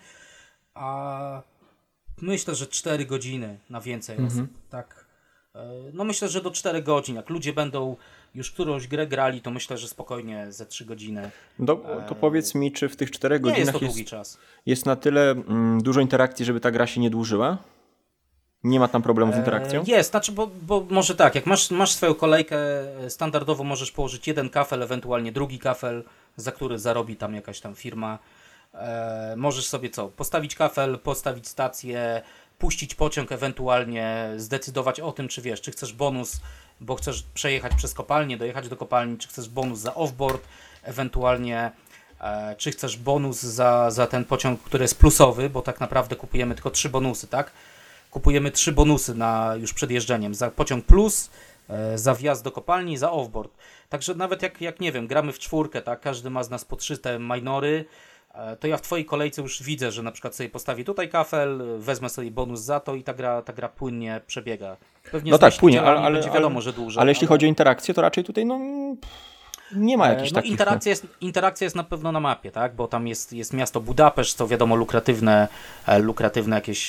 a myślę, że 4 godziny na więcej osób, tak. No myślę, że do 4 godzin. Jak ludzie będą już którąś grę grali, to myślę, że spokojnie ze 3 godziny. To powiedz mi, czy w tych 4 godzinach jest to długi czas. Jest na tyle dużo interakcji, żeby ta gra się nie dłużyła? Nie ma tam problemu z interakcją? Jest, znaczy, bo może tak, jak masz swoją kolejkę, standardowo możesz położyć jeden kafel, ewentualnie drugi kafel, za który zarobi tam jakaś tam firma. Możesz sobie postawić kafel, postawić stację, puścić pociąg, ewentualnie zdecydować o tym, czy wiesz, czy chcesz bonus, bo chcesz przejechać przez kopalnię, dojechać do kopalni, czy chcesz bonus za offboard, ewentualnie czy chcesz bonus za ten pociąg, który jest plusowy, bo tak naprawdę kupujemy tylko 3 bonusy, tak? Kupujemy 3 bonusy już przed jeżdżeniem, za pociąg plus, za wjazd do kopalni, za offboard. Także nawet jak nie wiem, gramy w 4, tak? Każdy ma z nas po 3 te minory, to ja w twojej kolejce już widzę, że na przykład sobie postawię tutaj kafel, wezmę sobie bonus za to i ta gra płynnie przebiega. Pewnie no tak, płynie, ale będzie wiadomo, że dłużej. Ale jeśli chodzi o interakcję, to raczej tutaj nie ma jakichś takich... Interakcja jest na pewno na mapie, tak? Bo tam jest miasto Budapeszt, to wiadomo lukratywne jakieś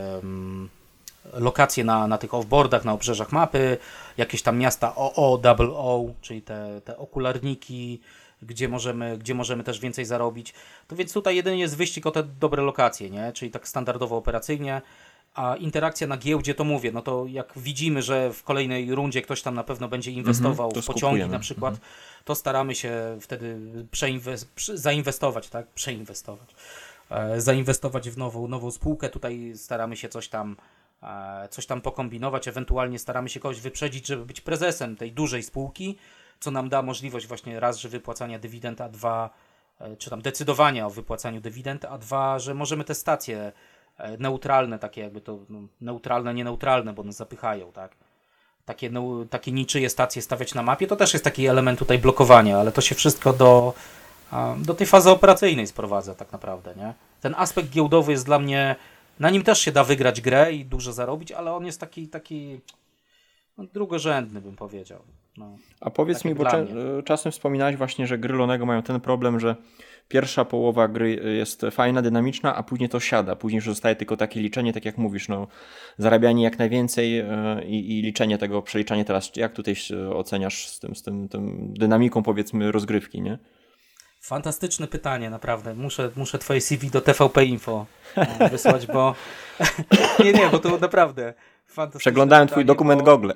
lokacje na tych offboardach, na obrzeżach mapy, jakieś tam miasta Double O, czyli te okularniki, gdzie możemy też więcej zarobić. To więc tutaj jedynie jest wyścig o te dobre lokacje, nie? Czyli tak standardowo operacyjnie, a interakcja na giełdzie to mówię, no to jak widzimy, że w kolejnej rundzie ktoś tam na pewno będzie inwestował w pociągi na przykład, to staramy się wtedy zainwestować w nową spółkę, tutaj staramy się coś tam coś tam pokombinować, ewentualnie staramy się kogoś wyprzedzić, żeby być prezesem tej dużej spółki, co nam da możliwość właśnie raz, że wypłacania dywidend, a dwa, czy tam decydowania o wypłacaniu dywidend, a dwa, że możemy te stacje neutralne, takie jakby to neutralne, nieneutralne, bo nas zapychają, tak? Takie niczyje stacje stawiać na mapie, to też jest taki element tutaj blokowania, ale to się wszystko do tej fazy operacyjnej sprowadza tak naprawdę, nie? Ten aspekt giełdowy jest dla mnie, na nim też się da wygrać grę i dużo zarobić, ale on jest taki drugorzędny, bym powiedział. No, a powiedz mi, bo czasem wspominałeś właśnie, że gry Lonego mają ten problem, że pierwsza połowa gry jest fajna, dynamiczna, a później to siada. Później już zostaje tylko takie liczenie, tak jak mówisz, zarabianie jak najwięcej i liczenie tego, przeliczanie teraz. Jak tutaj oceniasz z tym dynamiką, powiedzmy, rozgrywki, nie? Fantastyczne pytanie, naprawdę. Muszę twoje CV do TVP Info wysłać, bo nie, bo to naprawdę przeglądałem twój dokument Google.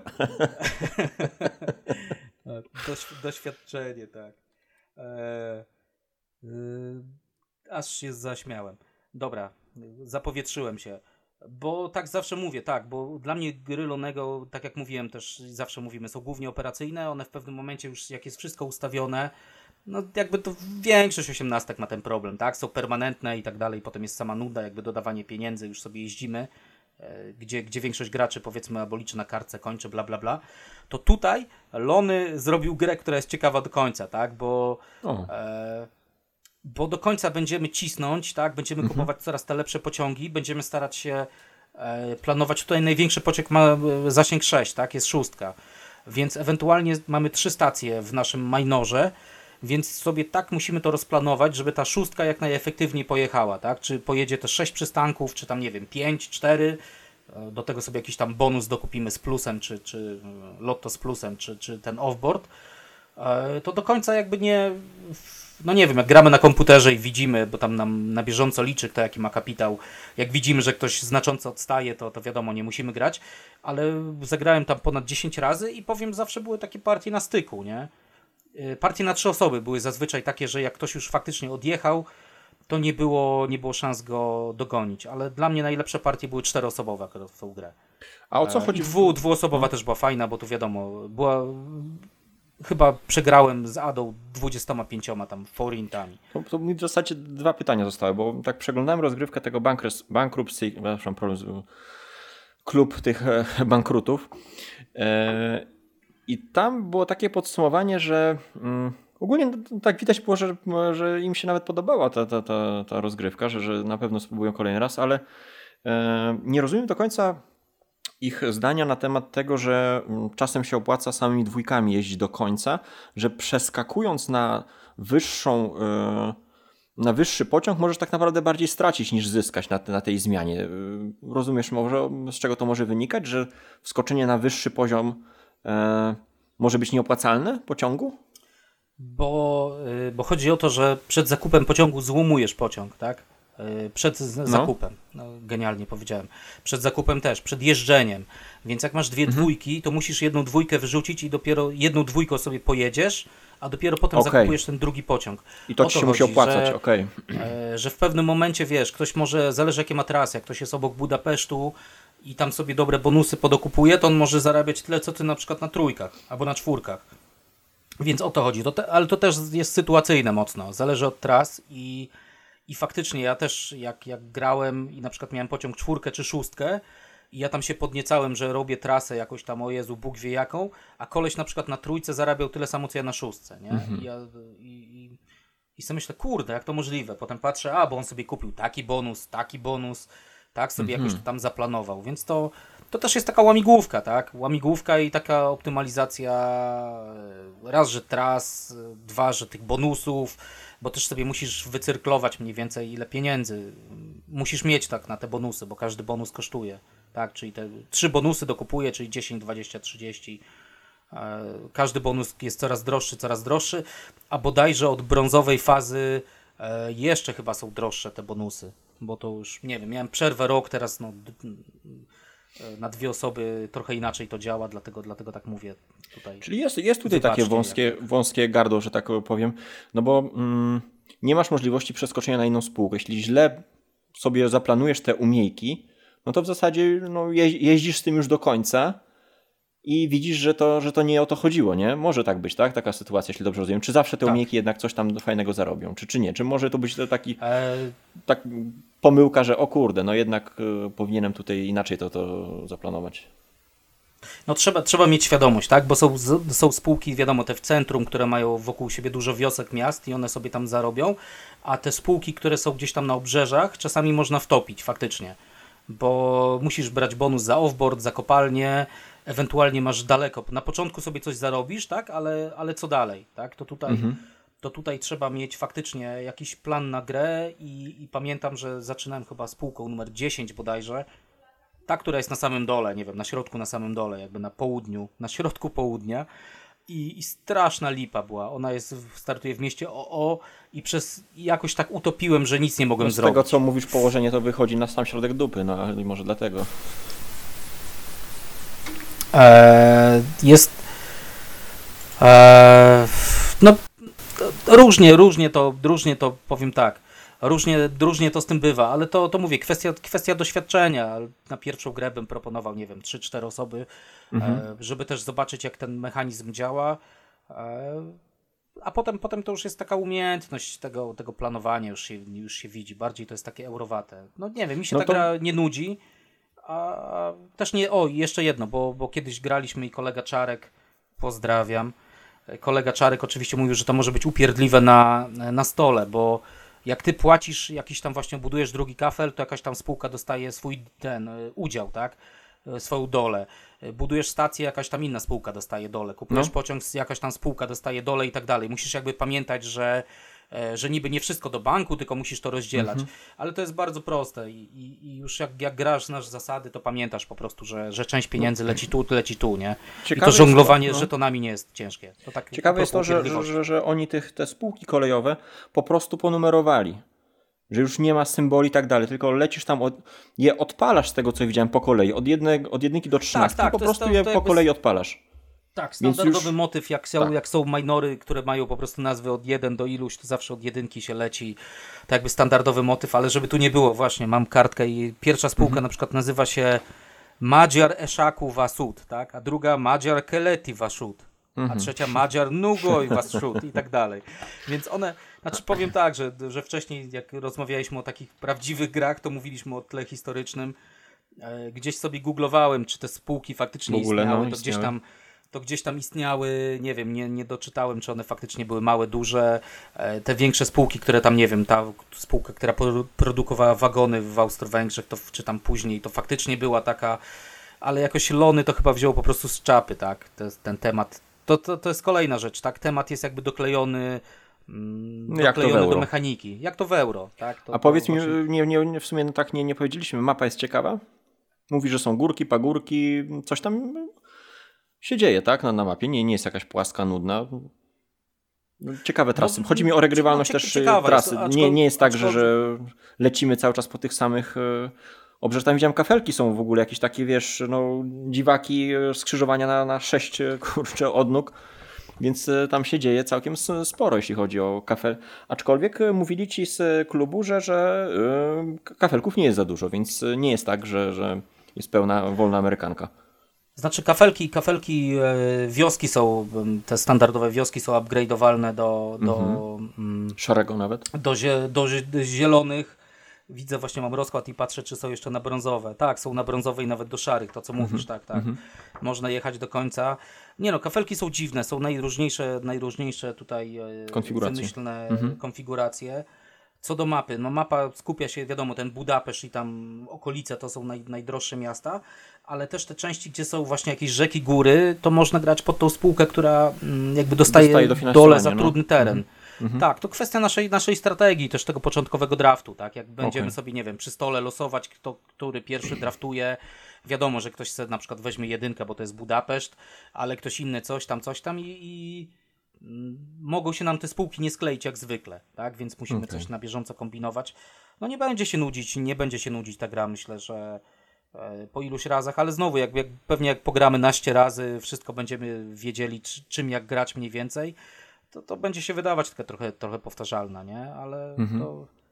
Doświadczenie, tak. Aż się zaśmiałem. Dobra, zapowietrzyłem się. Bo tak zawsze mówię, tak, bo dla mnie gry Lonego, tak jak mówiłem też, zawsze mówimy, są głównie operacyjne, one w pewnym momencie już, jak jest wszystko ustawione, no jakby to większość 18 ma ten problem, tak, są permanentne i tak dalej, potem jest sama nuda, jakby dodawanie pieniędzy, już sobie jeździmy, gdzie większość graczy, powiedzmy, albo liczy na kartce, kończy, bla, bla, bla, to tutaj Lony zrobił grę, która jest ciekawa do końca, tak, bo do końca będziemy cisnąć, tak, będziemy kupować coraz te lepsze pociągi, będziemy starać się planować, tutaj największy pociąg ma zasięg 6, tak, jest 6, więc ewentualnie mamy 3 stacje w naszym minorze, więc sobie tak musimy to rozplanować, żeby ta 6 jak najefektywniej pojechała, tak? Czy pojedzie te 6 przystanków, czy tam, nie wiem, 5, 4, do tego sobie jakiś tam bonus dokupimy z plusem, czy lotto z plusem, czy ten offboard, to do końca jakby nie wiem, jak gramy na komputerze i widzimy, bo tam nam na bieżąco liczy kto jaki ma kapitał, jak widzimy, że ktoś znacząco odstaje, to wiadomo, nie musimy grać, ale zagrałem tam ponad 10 razy i powiem, zawsze były takie partie na styku, nie? Partie na 3 osoby były zazwyczaj takie, że jak ktoś już faktycznie odjechał, to nie było szans go dogonić, ale dla mnie najlepsze partie były 4-osobowe w tą grę. A o co chodzi? Dwuosobowa też była fajna, bo tu wiadomo, chyba przegrałem z Adą 25 tam forintami. To mi w zasadzie 2 pytania zostały, bo tak przeglądałem rozgrywkę tego Bankruptcy, przepraszam, klub tych bankrutów. I tam było takie podsumowanie, że ogólnie tak widać było, że im się nawet podobała ta rozgrywka, że na pewno spróbują kolejny raz, ale nie rozumiem do końca ich zdania na temat tego, że czasem się opłaca samymi dwójkami jeździć do końca, że przeskakując na wyższy pociąg możesz tak naprawdę bardziej stracić niż zyskać na tej zmianie. Rozumiesz może, z czego to może wynikać, że wskoczenie na wyższy poziom może być nieopłacalne pociągu? Bo chodzi o to, że przed zakupem pociągu złomujesz pociąg, tak? Przed zakupem. No, genialnie powiedziałem. Przed zakupem też, przed jeżdżeniem. Więc jak masz 2 dwójki, to musisz 1 dwójkę wyrzucić i dopiero 1 dwójką sobie pojedziesz, a dopiero potem zakupujesz ten drugi pociąg. I to ci się musi opłacać, że w pewnym momencie, wiesz, ktoś może, zależy jakie ma trasy, jak ktoś jest obok Budapesztu i tam sobie dobre bonusy podokupuje, to on może zarabiać tyle, co ty na przykład na 3 albo na 4. Więc o to chodzi. Ale to też jest sytuacyjne mocno. Zależy od tras i faktycznie ja też jak grałem i na przykład miałem pociąg 4 czy 6 i ja tam się podniecałem, że robię trasę jakoś tam, o Jezu, Bóg wie jaką, a koleś na przykład na 3 zarabiał tyle samo, co ja na 6, nie? I sobie myślę, kurde, jak to możliwe? Potem patrzę, bo on sobie kupił taki bonus, tak, sobie jakoś to tam zaplanował, więc to też jest taka łamigłówka, tak? Łamigłówka i taka optymalizacja, raz, że tras, 2, że tych bonusów, bo też sobie musisz wycyrklować mniej więcej ile pieniędzy musisz mieć tak na te bonusy, bo każdy bonus kosztuje, tak? Czyli te 3 bonusy dokupuję, czyli 10, 20, 30. Każdy bonus jest coraz droższy, a bodajże od brązowej fazy jeszcze chyba są droższe te bonusy, bo to już, nie wiem, miałem przerwę rok, teraz na 2 osoby trochę inaczej to działa, dlatego tak mówię tutaj. Czyli jest tutaj takie wąskie gardło, że tak powiem, no bo nie masz możliwości przeskoczenia na inną spółkę. Jeśli źle sobie zaplanujesz te umiejki, no to w zasadzie no, jeździsz z tym już do końca i widzisz, że to nie o to chodziło, nie? Może tak być, tak? Taka sytuacja, jeśli dobrze rozumiem. Czy zawsze te umiejki jednak coś tam fajnego zarobią, czy nie? Czy może to być taki pomyłka, że o kurde, no jednak powinienem tutaj inaczej to zaplanować. No trzeba mieć świadomość, tak? Bo są spółki, wiadomo, te w centrum, które mają wokół siebie dużo wiosek, miast i one sobie tam zarobią, a te spółki, które są gdzieś tam na obrzeżach, czasami można wtopić faktycznie, bo musisz brać bonus za offboard, za kopalnię, ewentualnie masz daleko. Na początku sobie coś zarobisz, tak? Ale co dalej, tak? To tutaj trzeba mieć faktycznie jakiś plan na grę i pamiętam, że zaczynałem chyba spółką numer 10 bodajże, ta, która jest na samym dole, nie wiem, na środku, na samym dole, jakby na południu, na środku południa i straszna lipa była. Ona startuje w mieście OO i jakoś tak utopiłem, że nic nie mogłem zrobić. Z tego, co mówisz, położenie to wychodzi na sam środek dupy, no ale może dlatego. No różnie to powiem tak. Różnie to z tym bywa, ale to mówię, kwestia doświadczenia. Na pierwszą grę bym proponował, nie wiem, 3-4 osoby, żeby też zobaczyć, jak ten mechanizm działa. A potem to już jest taka umiejętność tego planowania, już się widzi. Bardziej to jest takie eurowate. No nie wiem, mi się ta gra nie nudzi. A też nie, jeszcze jedno, bo kiedyś graliśmy i kolega Czarek, pozdrawiam. Kolega Czarek oczywiście mówił, że to może być upierdliwe na stole, bo jak ty płacisz, jakiś tam właśnie budujesz drugi kafel, to jakaś tam spółka dostaje swój udział, tak? Swoją dolę. Budujesz stację, jakaś tam inna spółka dostaje dolę. Kupujesz pociąg, jakaś tam spółka dostaje dolę i tak dalej. Musisz jakby pamiętać, że niby nie wszystko do banku, tylko musisz to rozdzielać. Ale to jest bardzo proste i już jak grasz, znasz zasady, to pamiętasz po prostu, że część pieniędzy leci tu, nie? Ciekawe i to żonglowanie żetonami nie jest ciężkie. To tak ciekawe jest to, że oni te spółki kolejowe po prostu ponumerowali. Że już nie ma symboli i tak dalej, tylko lecisz tam, je odpalasz z tego, co widziałem po kolei. Od jedynki do 13 tak, po prostu je po kolei odpalasz. Tak, standardowy motyw, jak są minory, które mają po prostu nazwy od 1 do iluś, to zawsze od jedynki się leci. Tak jakby standardowy motyw, ale żeby tu nie było, właśnie mam kartkę i pierwsza spółka na przykład nazywa się Magyar Eszaku Vasút, tak? A druga Magyar Keleti Vasút, a trzecia Magyar Nugoj Vasút i tak dalej. Więc one, znaczy powiem tak, że wcześniej jak rozmawialiśmy o takich prawdziwych grach, to mówiliśmy o tle historycznym. Gdzieś sobie googlowałem, czy te spółki faktycznie istniały, to gdzieś tam istniały, nie wiem, nie doczytałem, czy one faktycznie były małe, duże. Te większe spółki, które tam, nie wiem, ta spółka, która produkowała wagony w Austro-Węgrzech, to, czy tam później, to faktycznie była taka, ale jakoś Lony to chyba wzięło po prostu z czapy, tak, ten temat. To jest kolejna rzecz, tak, temat jest jakby doklejony do mechaniki. Jak to w euro, tak? A powiedz mi, właśnie... w sumie tak nie powiedzieliśmy, mapa jest ciekawa? Mówi, że są górki, pagórki, coś tam się dzieje, tak? Na mapie. Nie jest jakaś płaska, nudna. Ciekawe trasy. Chodzi mi o regrywalność też trasy. Nie jest tak, że lecimy cały czas po tych samych obrzeżach. Tam widziałem kafelki są w ogóle jakieś takie, wiesz, dziwaki, skrzyżowania na 6 odnóg. Więc tam się dzieje całkiem sporo, jeśli chodzi o kafel. Aczkolwiek mówili ci z klubu, że kafelków nie jest za dużo, więc nie jest tak, że jest pełna wolna amerykanka. Znaczy kafelki wioski są, te standardowe wioski są upgrade'owalne do szarego nawet? Do zielonych. Widzę, właśnie mam rozkład i patrzę, czy są jeszcze na brązowe. Tak, są na brązowe i nawet do szarych, to co mówisz, tak. Można jechać do końca. Nie no, kafelki są dziwne, są najróżniejsze tutaj wymyślne konfiguracje. Co do mapy, no mapa skupia się, wiadomo, ten Budapeszt i tam okolice to są najdroższe miasta, ale też te części, gdzie są właśnie jakieś rzeki, góry, to można grać pod tą spółkę, która jakby dostaje dole za trudny teren. Tak, to kwestia naszej strategii, też tego początkowego draftu, tak? Jak będziemy sobie, nie wiem, przy stole losować, który pierwszy draftuje, wiadomo, że ktoś sobie na przykład weźmie jedynkę, bo to jest Budapeszt, ale ktoś inny coś tam i mogą się nam te spółki nie skleić jak zwykle, tak? Więc musimy coś na bieżąco kombinować. No nie będzie się nudzić ta gra, myślę, że po iluś razach, ale znowu pewnie jak pogramy naście razy, wszystko będziemy wiedzieli czym jak grać mniej więcej, to będzie się wydawać taka trochę powtarzalna, nie? Ale to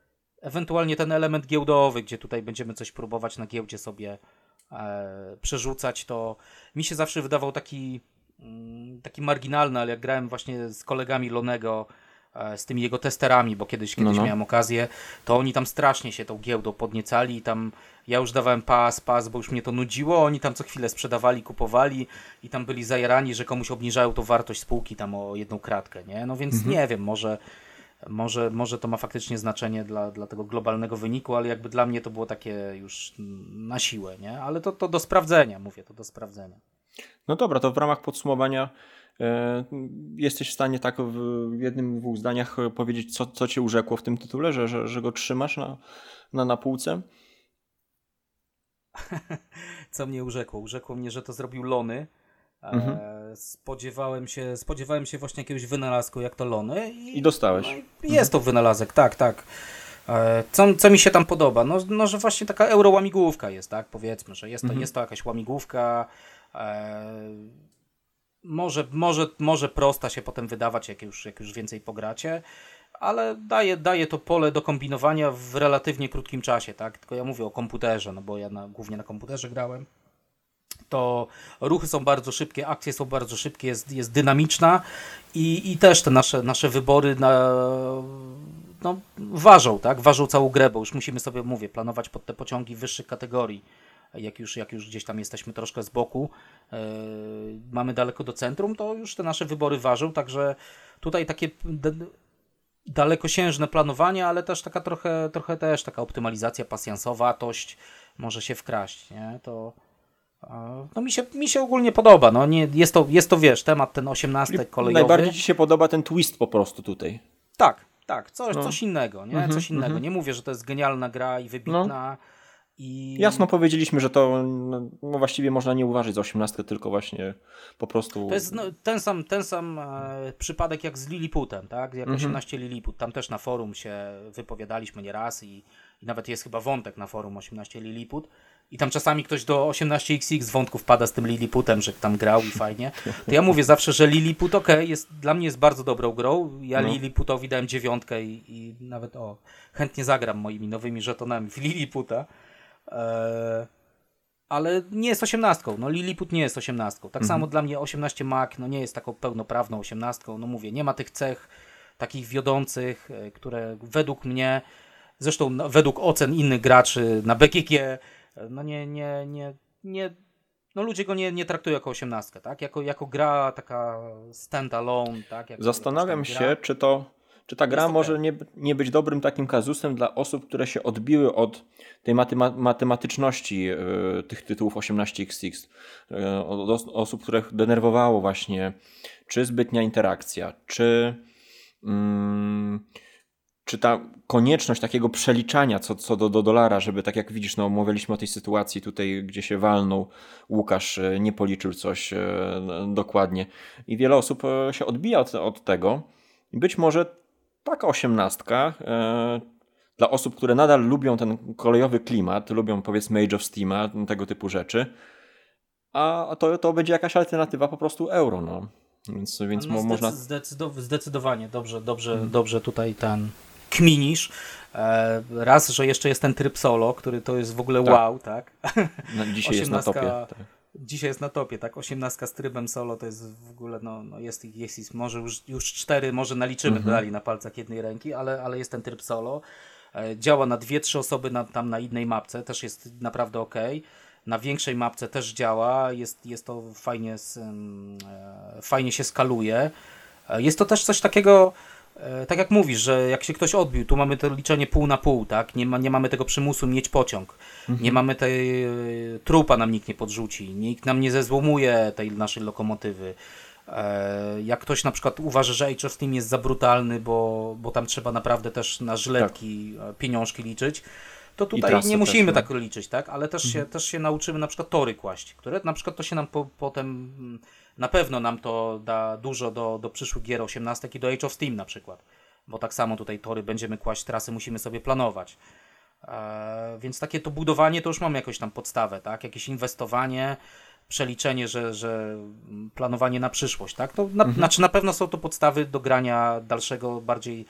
ewentualnie ten element giełdowy, gdzie tutaj będziemy coś próbować na giełdzie sobie przerzucać, to mi się zawsze wydawał taki marginalny, ale jak grałem właśnie z kolegami Lonego, z tymi jego testerami, bo kiedyś miałem okazję, to oni tam strasznie się tą giełdą podniecali i tam ja już dawałem pas, bo już mnie to nudziło, oni tam co chwilę sprzedawali, kupowali i tam byli zajarani, że komuś obniżają tą wartość spółki tam o 1 kratkę, nie? No więc nie wiem, może to ma faktycznie znaczenie dla tego globalnego wyniku, ale jakby dla mnie to było takie już na siłę, nie? Ale to do sprawdzenia, mówię, to do sprawdzenia. No dobra, to w ramach podsumowania jesteś w stanie tak w jednym, 2 zdaniach powiedzieć, co cię urzekło w tym tytule, że go trzymasz na półce? Co mnie urzekło? Urzekło mnie, że to zrobił Lony. Spodziewałem się właśnie jakiegoś wynalazku jak to Lony. I dostałeś. No, jest to wynalazek, tak. Co mi się tam podoba? No, że właśnie taka eurołamigłówka jest, tak? Powiedzmy, że jest to jakaś łamigłówka. Może prosta się potem wydawać, jak już więcej pogracie, ale daje to pole do kombinowania w relatywnie krótkim czasie, tak? Tylko ja mówię o komputerze, no bo ja głównie na komputerze grałem. To ruchy są bardzo szybkie, akcje są bardzo szybkie, jest dynamiczna i też te nasze wybory ważą, tak? Ważą całą grę, bo już musimy sobie, planować pod te pociągi wyższych kategorii. Jak już gdzieś tam jesteśmy troszkę z boku, mamy daleko do centrum, to już te nasze wybory ważą, także tutaj takie dalekosiężne planowanie, ale też taka trochę też taka optymalizacja, pasjansowatość może się wkraść, nie? To mi się ogólnie podoba, no nie, jest to wiesz, temat ten 18 kolejowy. Najbardziej ci się podoba ten twist po prostu tutaj. Tak, coś innego, nie? Coś innego. Nie mówię, że to jest genialna gra i wybitna. Jasno powiedzieliśmy, że to właściwie można nie uważać za 18, tylko właśnie po prostu... To jest ten sam przypadek jak z Liliputem, tak? Jak 18 Liliput. Tam też na forum się wypowiadaliśmy nieraz i nawet jest chyba wątek na forum 18 Liliput. I tam czasami ktoś do 18XX wątków pada z tym Liliputem, że tam grał i fajnie. To ja mówię zawsze, że Liliput dla mnie jest bardzo dobrą grą. Ja Liliputowi dałem 9 i nawet chętnie zagram moimi nowymi żetonami w Liliputa. Ale nie jest 18. No Liliput nie jest 18. Tak samo dla mnie 18 Mac nie jest taką pełnoprawną 18. No mówię, nie ma tych cech takich wiodących, które według mnie, zresztą według ocen innych graczy na BGG, ludzie go nie traktują jako 18, tak? Jako gra taka stand-alone, tak? Zastanawiam się, czy ta gra może nie być dobrym takim kazusem dla osób, które się odbiły od tej matematyczności tych tytułów 18XX. Od osób, których denerwowało właśnie czy zbytnia interakcja, czy ta konieczność takiego przeliczania co do dolara, żeby tak jak widzisz, omawialiśmy o tej sytuacji tutaj, gdzie się walnął Łukasz, nie policzył coś dokładnie. I wiele osób się odbija od tego. I być może taka 18 dla osób, które nadal lubią ten kolejowy klimat, lubią powiedzmy Age of Steam'a, tego typu rzeczy, a to będzie jakaś alternatywa po prostu euro, Więc można... Zdecydowanie, dobrze tutaj kminisz. Raz, że jeszcze jest ten tryb solo, który to jest w ogóle wow, tak? Dzisiaj jest na topie. Tak. Dzisiaj jest na topie, tak? 18 z trybem solo to jest w ogóle, jest może już 4, może naliczymy dalej na palcach jednej ręki, ale jest ten tryb solo. Działa na 2-3 osoby tam na innej mapce, też jest naprawdę okej. Na większej mapce też działa, jest to fajnie się skaluje. Jest to też coś takiego, tak jak mówisz, że jak się ktoś odbił, tu mamy to liczenie pół na pół, tak? Nie mamy tego przymusu mieć pociąg. Nie mamy tej trupa nam nikt nie podrzuci, nikt nam nie zezłomuje tej naszej lokomotywy. Jak ktoś na przykład uważa, że Age of Steam jest za brutalny, bo tam trzeba naprawdę też na żyletki pieniążki liczyć, to tutaj nie musimy tak liczyć, tak? Ale też się nauczymy na przykład tory kłaść, które na przykład to się nam potem na pewno nam to da dużo do przyszłych gier 18 i do Age of Steam na przykład, bo tak samo tutaj tory będziemy kłaść, trasy musimy sobie planować. Więc takie to budowanie to już mamy jakąś tam podstawę, tak? Jakieś inwestowanie, przeliczenie, że planowanie na przyszłość, tak? To znaczy na pewno są to podstawy do grania dalszego, bardziej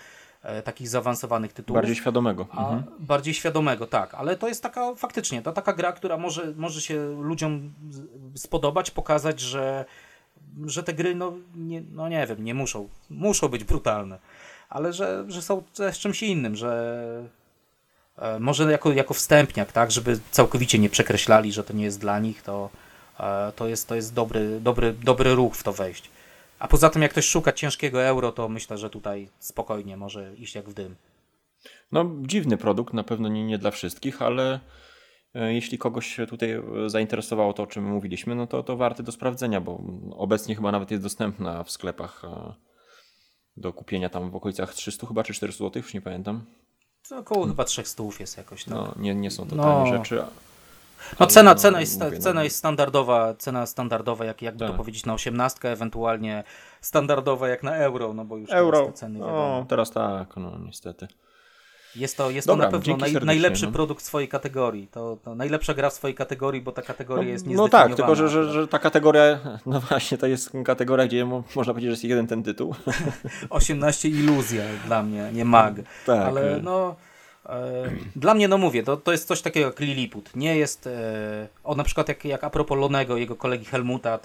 takich zaawansowanych tytułów. Bardziej świadomego. Bardziej świadomego, tak. Ale to jest taka gra, która może się ludziom spodobać, pokazać, że te gry, nie wiem, nie muszą być brutalne, ale że są też czymś innym, że może jako wstępniak, tak, żeby całkowicie nie przekreślali, że to nie jest dla nich, to jest dobry ruch w to wejść. A poza tym, jak ktoś szuka ciężkiego euro, to myślę, że tutaj spokojnie może iść jak w dym. No, dziwny produkt, na pewno nie dla wszystkich, ale jeśli kogoś tutaj zainteresowało to, o czym mówiliśmy, no to warty do sprawdzenia, bo obecnie chyba nawet jest dostępna w sklepach do kupienia tam w okolicach 300 chyba, czy 400 zł, już nie pamiętam. To około chyba 300 jest jakoś, tak? No, nie są to tanie rzeczy. No cena jest standardowa, jakby to powiedzieć, na 18, ewentualnie standardowa jak na euro, no bo już euro, te ceny wiadomo. Teraz tak, niestety. Jest to na pewno najlepszy produkt w swojej kategorii. To najlepsza gra w swojej kategorii, bo ta kategoria jest niezdefiniowana. No tak, tylko że ta kategoria, no właśnie, to jest kategoria, gdzie można powiedzieć, że jest jeden ten tytuł. 18 iluzja dla mnie, nie mag. Tak. Ale dla mnie, mówię, to jest coś takiego jak Lilliput. Nie jest, na przykład jak a propos Lonego, jego kolegi Helmuta,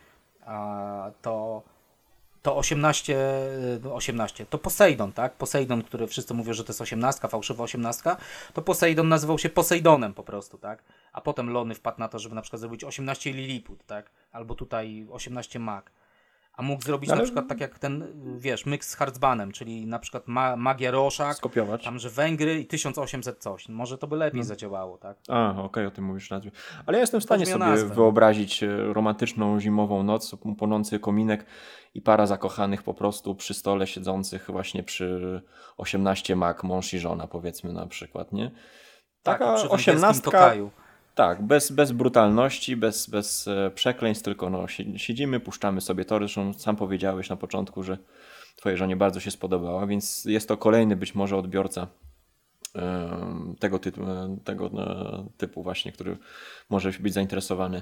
to 18, to Poseidon, tak? Poseidon, który wszyscy mówią, że to jest 18, fałszywa 18, to Poseidon nazywał się Poseidonem po prostu, tak? A potem Lony wpadł na to, żeby na przykład zrobić 18 Lilliput, tak? Albo tutaj 18 mag. A mógł zrobić na przykład tak jak ten, myks z Hardzbanem, czyli na przykład Magia Roszak, skopiować. Tam, że Węgry i 1800 coś. Może to by lepiej zadziałało, tak? Okej, o tym mówisz nazwie. Ale ja jestem w stanie sobie wyobrazić romantyczną zimową noc, płonący kominek i para zakochanych po prostu przy stole siedzących właśnie przy 18 mag, mąż i żona, powiedzmy na przykład, nie? Taka 18. Tak, bez brutalności, bez przekleństw, tylko siedzimy, puszczamy sobie to. Zresztą sam powiedziałeś na początku, że twojej żonie bardzo się spodobała, więc jest to kolejny być może odbiorca tego typu właśnie, który może być zainteresowany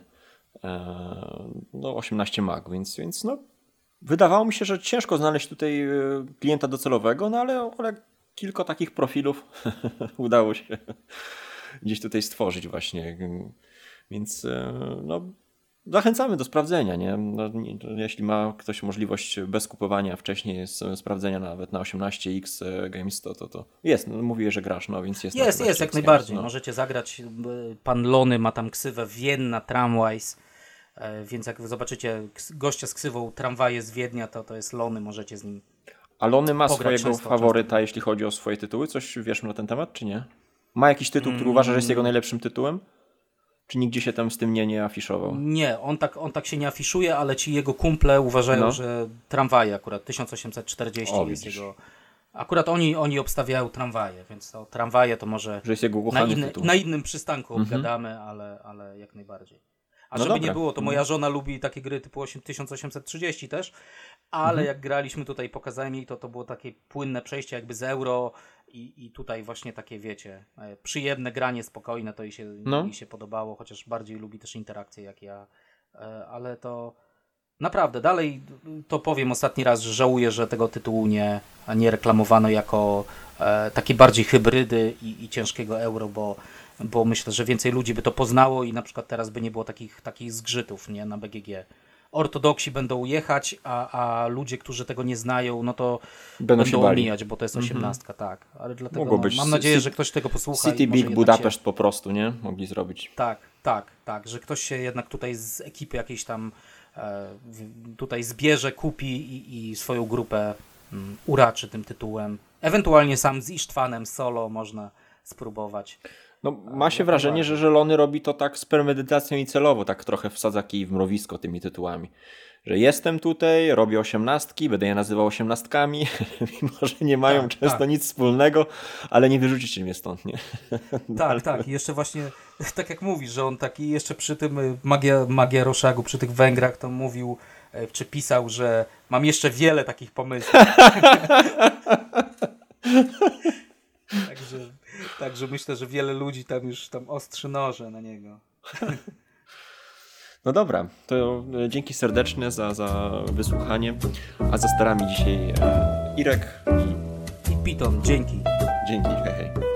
18 mag, więc wydawało mi się, że ciężko znaleźć tutaj klienta docelowego, ale kilka takich profilów udało się gdzieś tutaj stworzyć właśnie, więc zachęcamy do sprawdzenia, nie? Jeśli ma ktoś możliwość bez kupowania wcześniej sprawdzenia nawet na 18X Games, to jest, mówię, że grasz, więc jest. Jest jak najbardziej, możecie zagrać, pan Lony ma tam ksywę Vienna Tramways, więc jak zobaczycie gościa z ksywą Tramwaje z Wiednia, to jest Lony, możecie z nim A Lony ma swojego faworyta, jeśli chodzi o swoje tytuły? Coś wiesz na ten temat, czy nie? Ma jakiś tytuł, który uważa, że jest jego najlepszym tytułem? Czy nigdzie się tam z tym nie afiszował? Nie, on tak się nie afiszuje, ale ci jego kumple uważają, że Tramwaje akurat 1840 jest jego... Akurat oni obstawiają Tramwaje, więc to Tramwaje to może że jest jego ukochany tytuł. Na innym przystanku obgadamy, ale jak najbardziej. A żeby nie było, to moja żona lubi takie gry typu 1830 też, ale jak graliśmy tutaj, pokazałem jej, to było takie płynne przejście jakby z euro i tutaj właśnie takie, wiecie, przyjemne granie, spokojne, to jej się podobało, chociaż bardziej lubi też interakcje jak ja, ale to naprawdę, dalej to powiem ostatni raz, że żałuję, że tego tytułu nie reklamowano jako takie bardziej hybrydy i ciężkiego euro, bo myślę, że więcej ludzi by to poznało i na przykład teraz by nie było takich zgrzytów, nie, na BGG. Ortodoksi będą jechać, a ludzie, którzy tego nie znają, no to będą omijać, bo to jest 18, tak. Ale dlatego mam nadzieję, że ktoś tego posłucha. City Big Budapest po prostu, nie? Mogli zrobić. Tak, że ktoś się jednak tutaj z ekipy jakiejś tam tutaj zbierze, kupi i swoją grupę uraczy tym tytułem. Ewentualnie sam z Isztwanem solo można spróbować. Ma się wrażenie, że Żelony robi to tak z premedytacją i celowo, tak trochę wsadza kij w mrowisko tymi tytułami. Że jestem tutaj, robię 18, będę je nazywał 18, mimo że nie mają często nic wspólnego, ale nie wyrzucicie mnie stąd, nie? Tak. I jeszcze właśnie, tak jak mówisz, że on taki jeszcze przy tym Magia Roszagu, przy tych Węgrach, to mówił, czy pisał, że mam jeszcze wiele takich pomysłów. Także myślę, że wiele ludzi tam już ostrzy noże na niego. No dobra, to dzięki serdeczne za wysłuchanie, a za starami dzisiaj Irek i Piton, dzięki. Dzięki, hej.